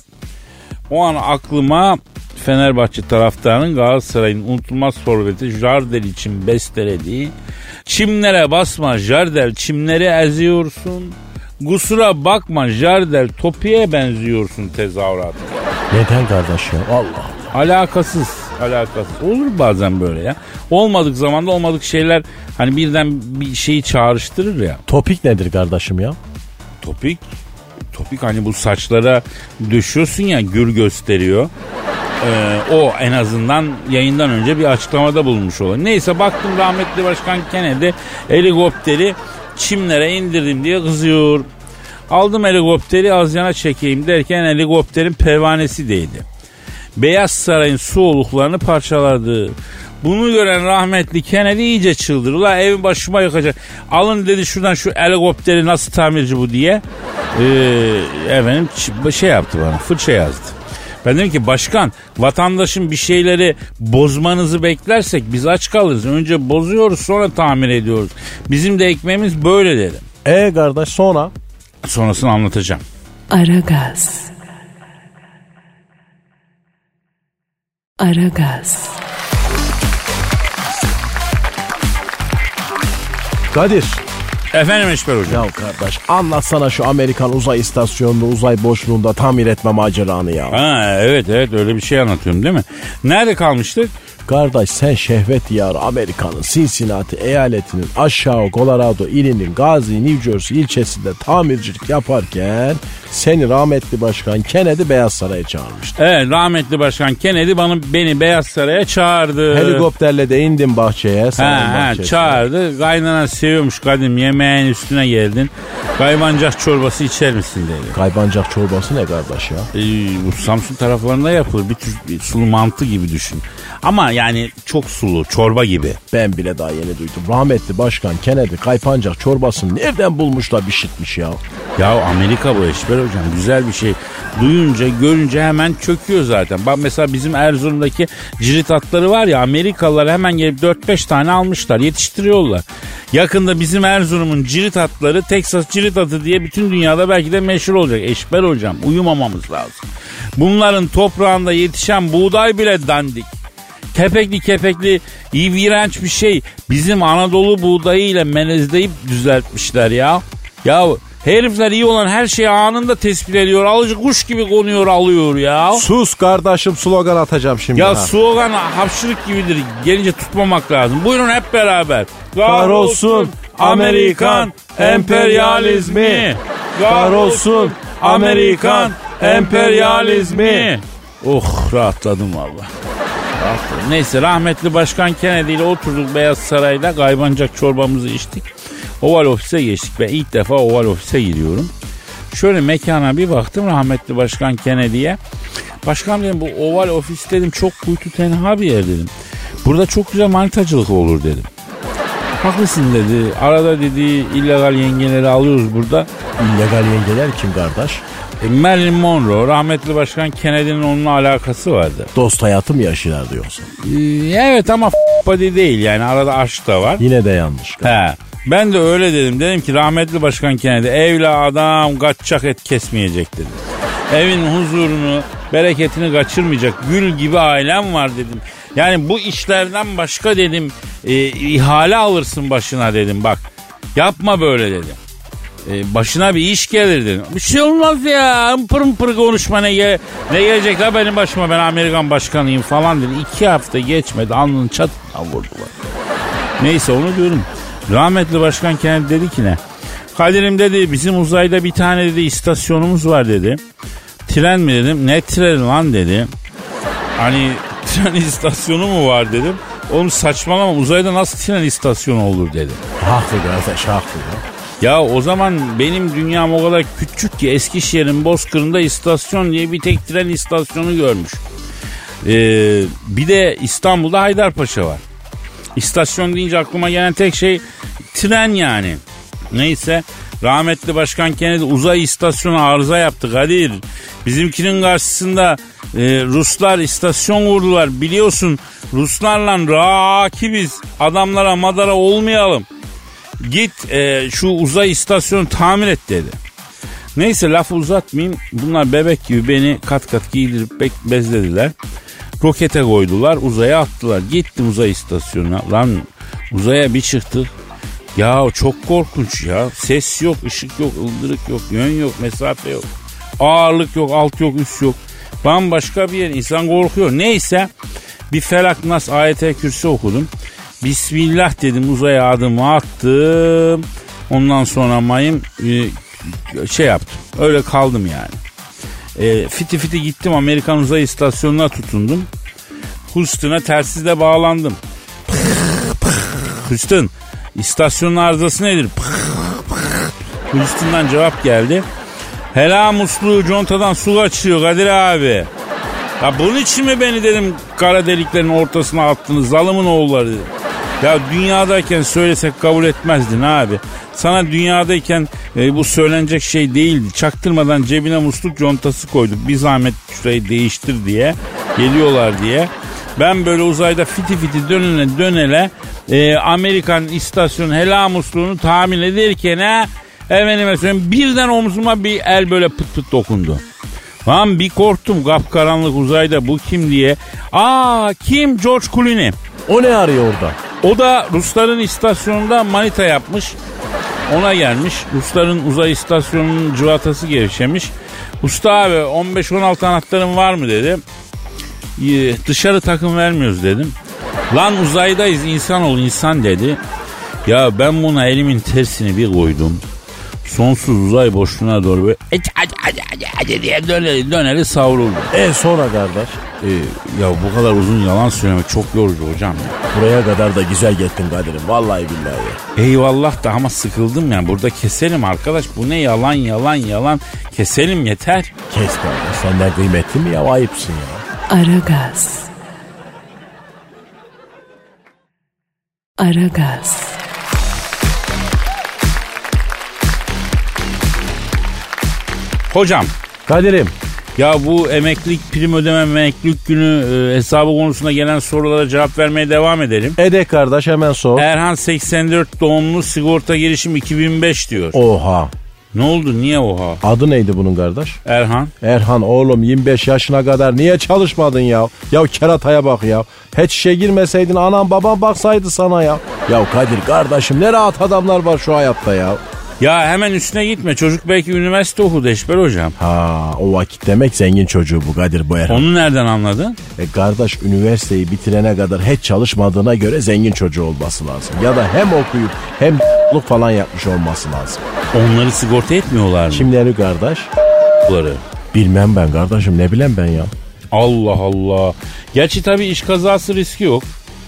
C: O an aklıma Fenerbahçe taraftarının Galatasaray'ın unutulmaz forveti Jardel için bestelediği çimlere basma Jardel çimleri eziyorsun. Kusura bakma Jardel topiye benziyorsun tezahüratı.
D: Neden kardeş ya? Allah.
C: Alakasız, alakasız. Olur bazen böyle ya. Olmadık zamanda olmadık şeyler hani birden bir şeyi çağrıştırır ya.
D: Topik nedir kardeşim ya?
C: Topik, topik hani bu saçlara düşüyorsun ya gür gösteriyor. Ee, o en azından yayından önce bir açıklamada bulunmuş olur. Neyse baktım rahmetli başkan Kennedy helikopteri çimlere indirdim diye kızıyor. Aldım helikopteri az yana çekeyim derken helikopterin pervanesi değdi. Beyaz Saray'ın su oluklarını parçaladı. Bunu gören rahmetli Kennedy iyice çıldırdı. La evin başıma yıkacak. Alın dedi şuradan şu helikopteri nasıl tamirci bu diye. Ee, efendim şey yaptı bana, fırça yazdı. Ben dedim ki başkan vatandaşın bir şeyleri bozmanızı beklersek biz aç kalırız. Önce bozuyoruz sonra tamir ediyoruz. Bizim de ekmeğimiz böyle dedim.
D: E kardeş sonra?
C: Sonrasını anlatacağım.
B: Aragaz. Aragaz.
D: Kadir.
C: Efendim Eşber hocam.
D: Ya kardeş anlatsana şu Amerikan uzay istasyonunda uzay boşluğunda tamir etme maceranı ya.
C: Ha, evet evet öyle bir şey anlatıyorum değil mi? Nerede kalmıştık?
D: Kardeş sen şehvet diyarı Amerika'nın Cincinnati eyaletinin aşağı Colorado ilinin Gazi New Jersey ilçesinde tamircilik yaparken seni rahmetli başkan Kennedy Beyaz Saray'a çağırmıştı.
C: Evet rahmetli başkan Kennedy bana, beni Beyaz Saray'a çağırdı.
D: Helikopterle de indim bahçeye.
C: Ha, ha, çağırdı. Kaynana seviyormuş Kadim yemeğin üstüne geldin. Kaybancak çorbası içer misin dedi.
D: Kaybancak çorbası ne kardeş ya?
C: Ee, bu Samsun taraflarında yapılır. Bir tür bir sulu mantı gibi düşün. Ama yani çok sulu, çorba gibi.
D: Ben bile daha yeni duydum. Rahmetli başkan Kennedy kaypancak çorbasını nereden bulmuş da pişirtmiş ya?
C: Ya Amerika bu Eşber hocam, güzel bir şey. Duyunca, görünce hemen çöküyor zaten. Bak mesela bizim Erzurum'daki cirit atları var ya, Amerikalılar hemen gelip dört beş tane almışlar, yetiştiriyorlar. Yakında bizim Erzurum'un cirit atları Texas cirit atı diye bütün dünyada belki de meşhur olacak. Eşber hocam, uyumamamız lazım. Bunların toprağında yetişen buğday bile dandik. Kepekli kepekli iğrenç bir şey. Bizim Anadolu buğdayıyla melezleyip düzeltmişler ya. Ya herifler iyi olan her şeyi anında tespit ediyor. Alıcı kuş gibi konuyor alıyor ya.
D: Sus kardeşim, slogan atacağım şimdi.
C: Ya
D: ha.
C: slogan hapşırık gibidir. Gelince tutmamak lazım. Buyurun hep beraber.
D: Kahrolsun Amerikan emperyalizmi. Kahrolsun Amerikan emperyalizmi.
C: Oh rahatladım valla. Rahatladım. Neyse rahmetli Başkan Kennedy ile oturduk Beyaz Saray'da. Gaybancak çorbamızı içtik. Oval Ofis'e geçtik. Ben ilk defa Oval Ofis'e giriyorum. Şöyle mekana bir baktım rahmetli Başkan Kennedy'ye. Başkan dedim, bu Oval Ofis dedim çok kuytu tenha bir yer dedim. Burada çok güzel manitacılık olur dedim. Haklısın dedi. Arada dedi illegal yengeleri alıyoruz burada.
D: İllegal yengeler kim kardeş?
C: E, Marilyn Monroe, rahmetli Başkan Kennedy'nin onunla alakası vardı.
D: Dost hayatı mı yaşıyorlar diyorsun?
C: E, evet ama f*** değil yani, arada aşk da var.
D: Yine de yanlış.
C: He. Ben de öyle dedim. Dedim ki rahmetli Başkan Kennedy evla adam kaçacak et kesmeyecek dedim. Evin huzurunu, bereketini kaçırmayacak gül gibi ailem var dedim. Yani bu işlerden başka dedim e, ihale alırsın başına dedim bak. Yapma böyle dedim. E, başına bir iş gelir dedim. Bir şey olmaz ya. Pır pır konuşma ne, ge- ne gelecek la benim başıma, ben Amerikan başkanıyım falan dedi. İki hafta geçmedi alnının çatına vurdular. Neyse onu diyorum. Rahmetli Başkan Kennedy dedi ki ne? Kadir'im dedi bizim uzayda bir tane dedi istasyonumuz var dedi. Tren mi dedim. Ne treni lan dedi. Hani tren istasyonu mu var dedim. Oğlum saçmalama, uzayda nasıl tren istasyonu olur dedi.
D: Haklı kardeş, haklı ya.
C: Ya o zaman benim dünyam o kadar küçük ki Eskişehir'in Bozkır'ında istasyon diye bir tek tren istasyonu görmüş. Ee, bir de İstanbul'da Haydarpaşa var. İstasyon deyince aklıma gelen tek şey tren yani. Neyse rahmetli Başkan Kennedy uzay istasyonu arıza yaptı Kadir. Bizimkinin karşısında e, Ruslar istasyon vurdular. Biliyorsun Ruslarla rakibiz. Adamlara madara olmayalım. Git e, şu uzay istasyonu tamir et dedi. Neyse lafı uzatmayayım. Bunlar bebek gibi beni kat kat giydirip be- bezlediler. Rokete koydular, uzaya attılar. Gittim uzay istasyonuna. Lan uzaya bir çıktık. Ya çok korkunç ya. Ses yok, ışık yok, ıldırık yok, yön yok, mesafe yok. Ağırlık yok, alt yok, üst yok. Bambaşka bir yer. İnsan korkuyor. Neyse bir Felak Nas Ayet-i Kürsi okudum. Bismillah dedim, uzaya adımı attım. Ondan sonra mayım e, şey yaptım. Öyle kaldım yani. E, fiti fiti gittim Amerikan uzay istasyonuna tutundum. Houston'a telsizle bağlandım. Houston istasyonun arızası nedir? Houston'dan cevap geldi. Hela musluğu contadan su kaçıyor Kadir abi. Ya bunun için mi beni dedim kara deliklerin ortasına attınız zalımın oğulları dedim. Ya dünyadayken söylesek kabul etmezdin abi. Sana dünyadayken e, bu söylenecek şey değildi. Çaktırmadan cebine musluk contası koyduk. Bir zahmet şurayı değiştir diye. Geliyorlar diye. Ben böyle uzayda fiti fiti dönene dönele e, Amerikan istasyonu hela musluğunu tahmin ederken ha, efendime söyleyeyim birden omzuma bir el böyle pıt pıt dokundu. Lan bir korktum kapkaranlık uzayda bu kim diye. Aa kim? George Clooney.
D: O ne arıyor orada?
C: O da Rusların istasyonunda manita yapmış. Ona gelmiş. Rusların uzay istasyonunun cıvatası gevşemiş. Usta abi on beş on altı anahtarın var mı dedi. Ee, dışarı takım vermiyoruz dedim. Lan uzaydayız insan ol insan dedi. Ya ben buna elimin tersini bir koydum. Sonsuz uzay boşluğuna doğru böyle diye döneli, döneli savruldu.
D: E sonra kardeş?
C: Ee, ya bu kadar uzun yalan söylemek çok yorucu hocam. Ya.
D: Buraya kadar da güzel gittin Kadir'im. Vallahi billahi.
C: Eyvallah da ama sıkıldım yani. Burada keselim arkadaş. Bu ne yalan yalan yalan. Keselim yeter.
D: Kes kardeş. Senden kıymetli mi ya? Ayıpsın ya.
B: Aragaz. Aragaz.
C: Hocam.
D: Kadir'im.
C: Ya bu emeklilik prim ödeme emeklilik günü e, hesabı konusunda gelen sorulara cevap vermeye devam edelim.
D: Ede kardeş hemen sor.
C: Erhan seksen dört doğumlu sigorta girişim iki bin beş diyor.
D: Oha.
C: Ne oldu, niye oha?
D: Adı neydi bunun kardeş?
C: Erhan.
D: Erhan oğlum yirmi beş yaşına kadar niye çalışmadın ya? Ya kerataya bak ya. Hiç işe girmeseydin anan baban baksaydı sana ya. Ya Kadir kardeşim ne rahat adamlar var şu hayatta ya.
C: Ya hemen üstüne gitme. Çocuk belki üniversite okudu Eşber hocam.
D: Ha o vakit demek zengin çocuğu bu Kadir bu Erhan.
C: Onu nereden anladın?
D: E kardeş üniversiteyi bitirene kadar hiç çalışmadığına göre zengin çocuğu olması lazım. Ya da hem okuyup hem luk falan yapmış olması lazım.
C: Onları sigorta etmiyorlar mı?
D: Kimleri kardeş?
C: Bunları.
D: Bilmem ben kardeşim ne bileyim ben ya.
C: Allah Allah. Gerçi tabii iş kazası riski yok.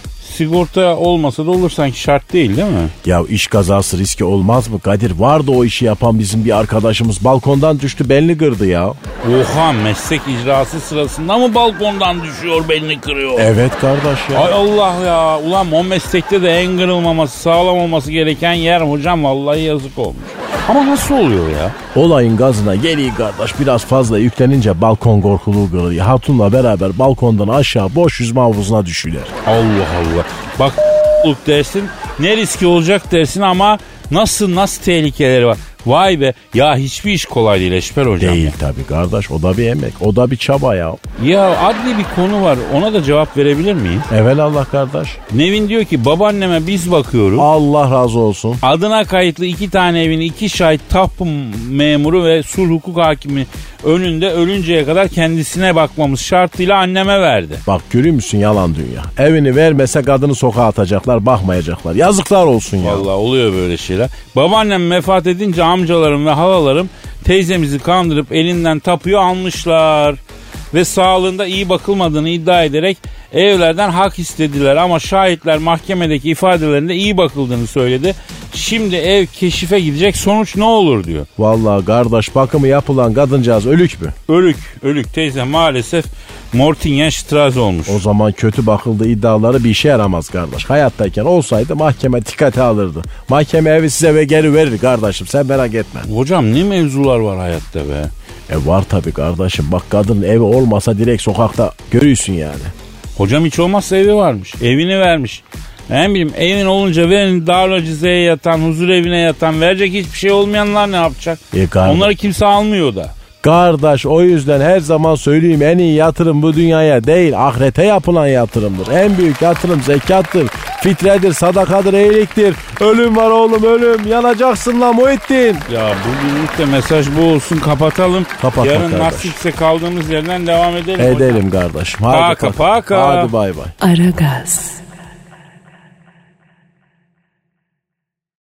C: Sigorta olmasa da olur sanki, şart değil değil mi?
D: Ya iş kazası riski olmaz mı Kadir? Vardı o işi yapan bizim bir arkadaşımız balkondan düştü belini kırdı ya.
C: Oha, meslek icrası sırasında mı balkondan düşüyor belini kırıyor?
D: Evet kardeş ya.
C: Ay Allah ya, ulan o meslekte de en kırılmaması sağlam olması gereken yer hocam, vallahi yazık olmuş. Ama nasıl oluyor ya?
D: Olayın gazına geliyor kardeş biraz fazla yüklenince balkon korkuluğu kırılıyor. Hatunla beraber balkondan aşağı boş yüzme havuzuna düşüyorlar.
C: Allah Allah. Bak dersin, ne riski olacak dersin ama nasıl nasıl tehlikeleri var. Vay be ya, hiçbir iş kolay değil Eşber hocam.
D: Değil
C: ya.
D: tabii kardeş, o da bir emek, o da bir çaba ya.
C: Ya adli bir konu var, ona da cevap verebilir miyim?
D: Evelallah kardeş.
C: Nevin diyor ki babaanneme biz bakıyoruz.
D: Allah razı olsun.
C: Adına kayıtlı iki tane evin iki şahit tapu memuru ve sulh hukuk hakimi önünde ölünceye kadar kendisine bakmamız şartıyla anneme verdi.
D: Bak görüyor musun yalan dünya. Evini vermese kadını sokağa atacaklar, bakmayacaklar. Yazıklar olsun ya.
C: Vallahi oluyor böyle şeyler. Babaannem vefat edince amcalarım ve halalarım teyzemizi kandırıp elinden tapuyu almışlar. Ve sağlığında iyi bakılmadığını iddia ederek evlerden hak istediler. Ama şahitler mahkemedeki ifadelerinde iyi bakıldığını söyledi. Şimdi ev keşife gidecek, sonuç ne olur diyor.
D: Vallahi kardeş bakımı yapılan kadıncağız ölük mü?
C: Ölük, ölük teyze maalesef Mortingen-Straße olmuş.
D: O zaman kötü bakıldığı iddiaları bir işe yaramaz kardeş. Hayattayken olsaydı mahkeme dikkate alırdı. Mahkeme evi size ve geri verir kardeşim, sen merak etme.
C: Hocam ne mevzular var hayatta be?
D: E var tabii kardeşim, bak kadının evi olmasa direkt sokakta görüyorsun yani.
C: Hocam hiç olmazsa evi varmış, evini vermiş. Ben bileyim, evin olunca verin, Darülacizeye yatan, huzur evine yatan, verecek hiçbir şey olmayanlar ne yapacak?
D: E
C: Onları kimse almıyor da.
D: Kardeş o yüzden her zaman söyleyeyim, en iyi yatırım bu dünyaya değil ahirete yapılan yatırımdır. En büyük yatırım zekattır, fitredir, sadakadır, iyiliktir. Ölüm var oğlum, ölüm, yanacaksın lan Muhittin.
C: Ya bugünlük de mesaj bu olsun, kapatalım.
D: Kapat
C: Yarın
D: kardeş.
C: nasipse kaldığımız yerden devam edelim.
D: Edelim
C: hocam.
D: kardeşim. Hadi
C: Paka paka.
D: Hadi bay bay.
B: Aragaz.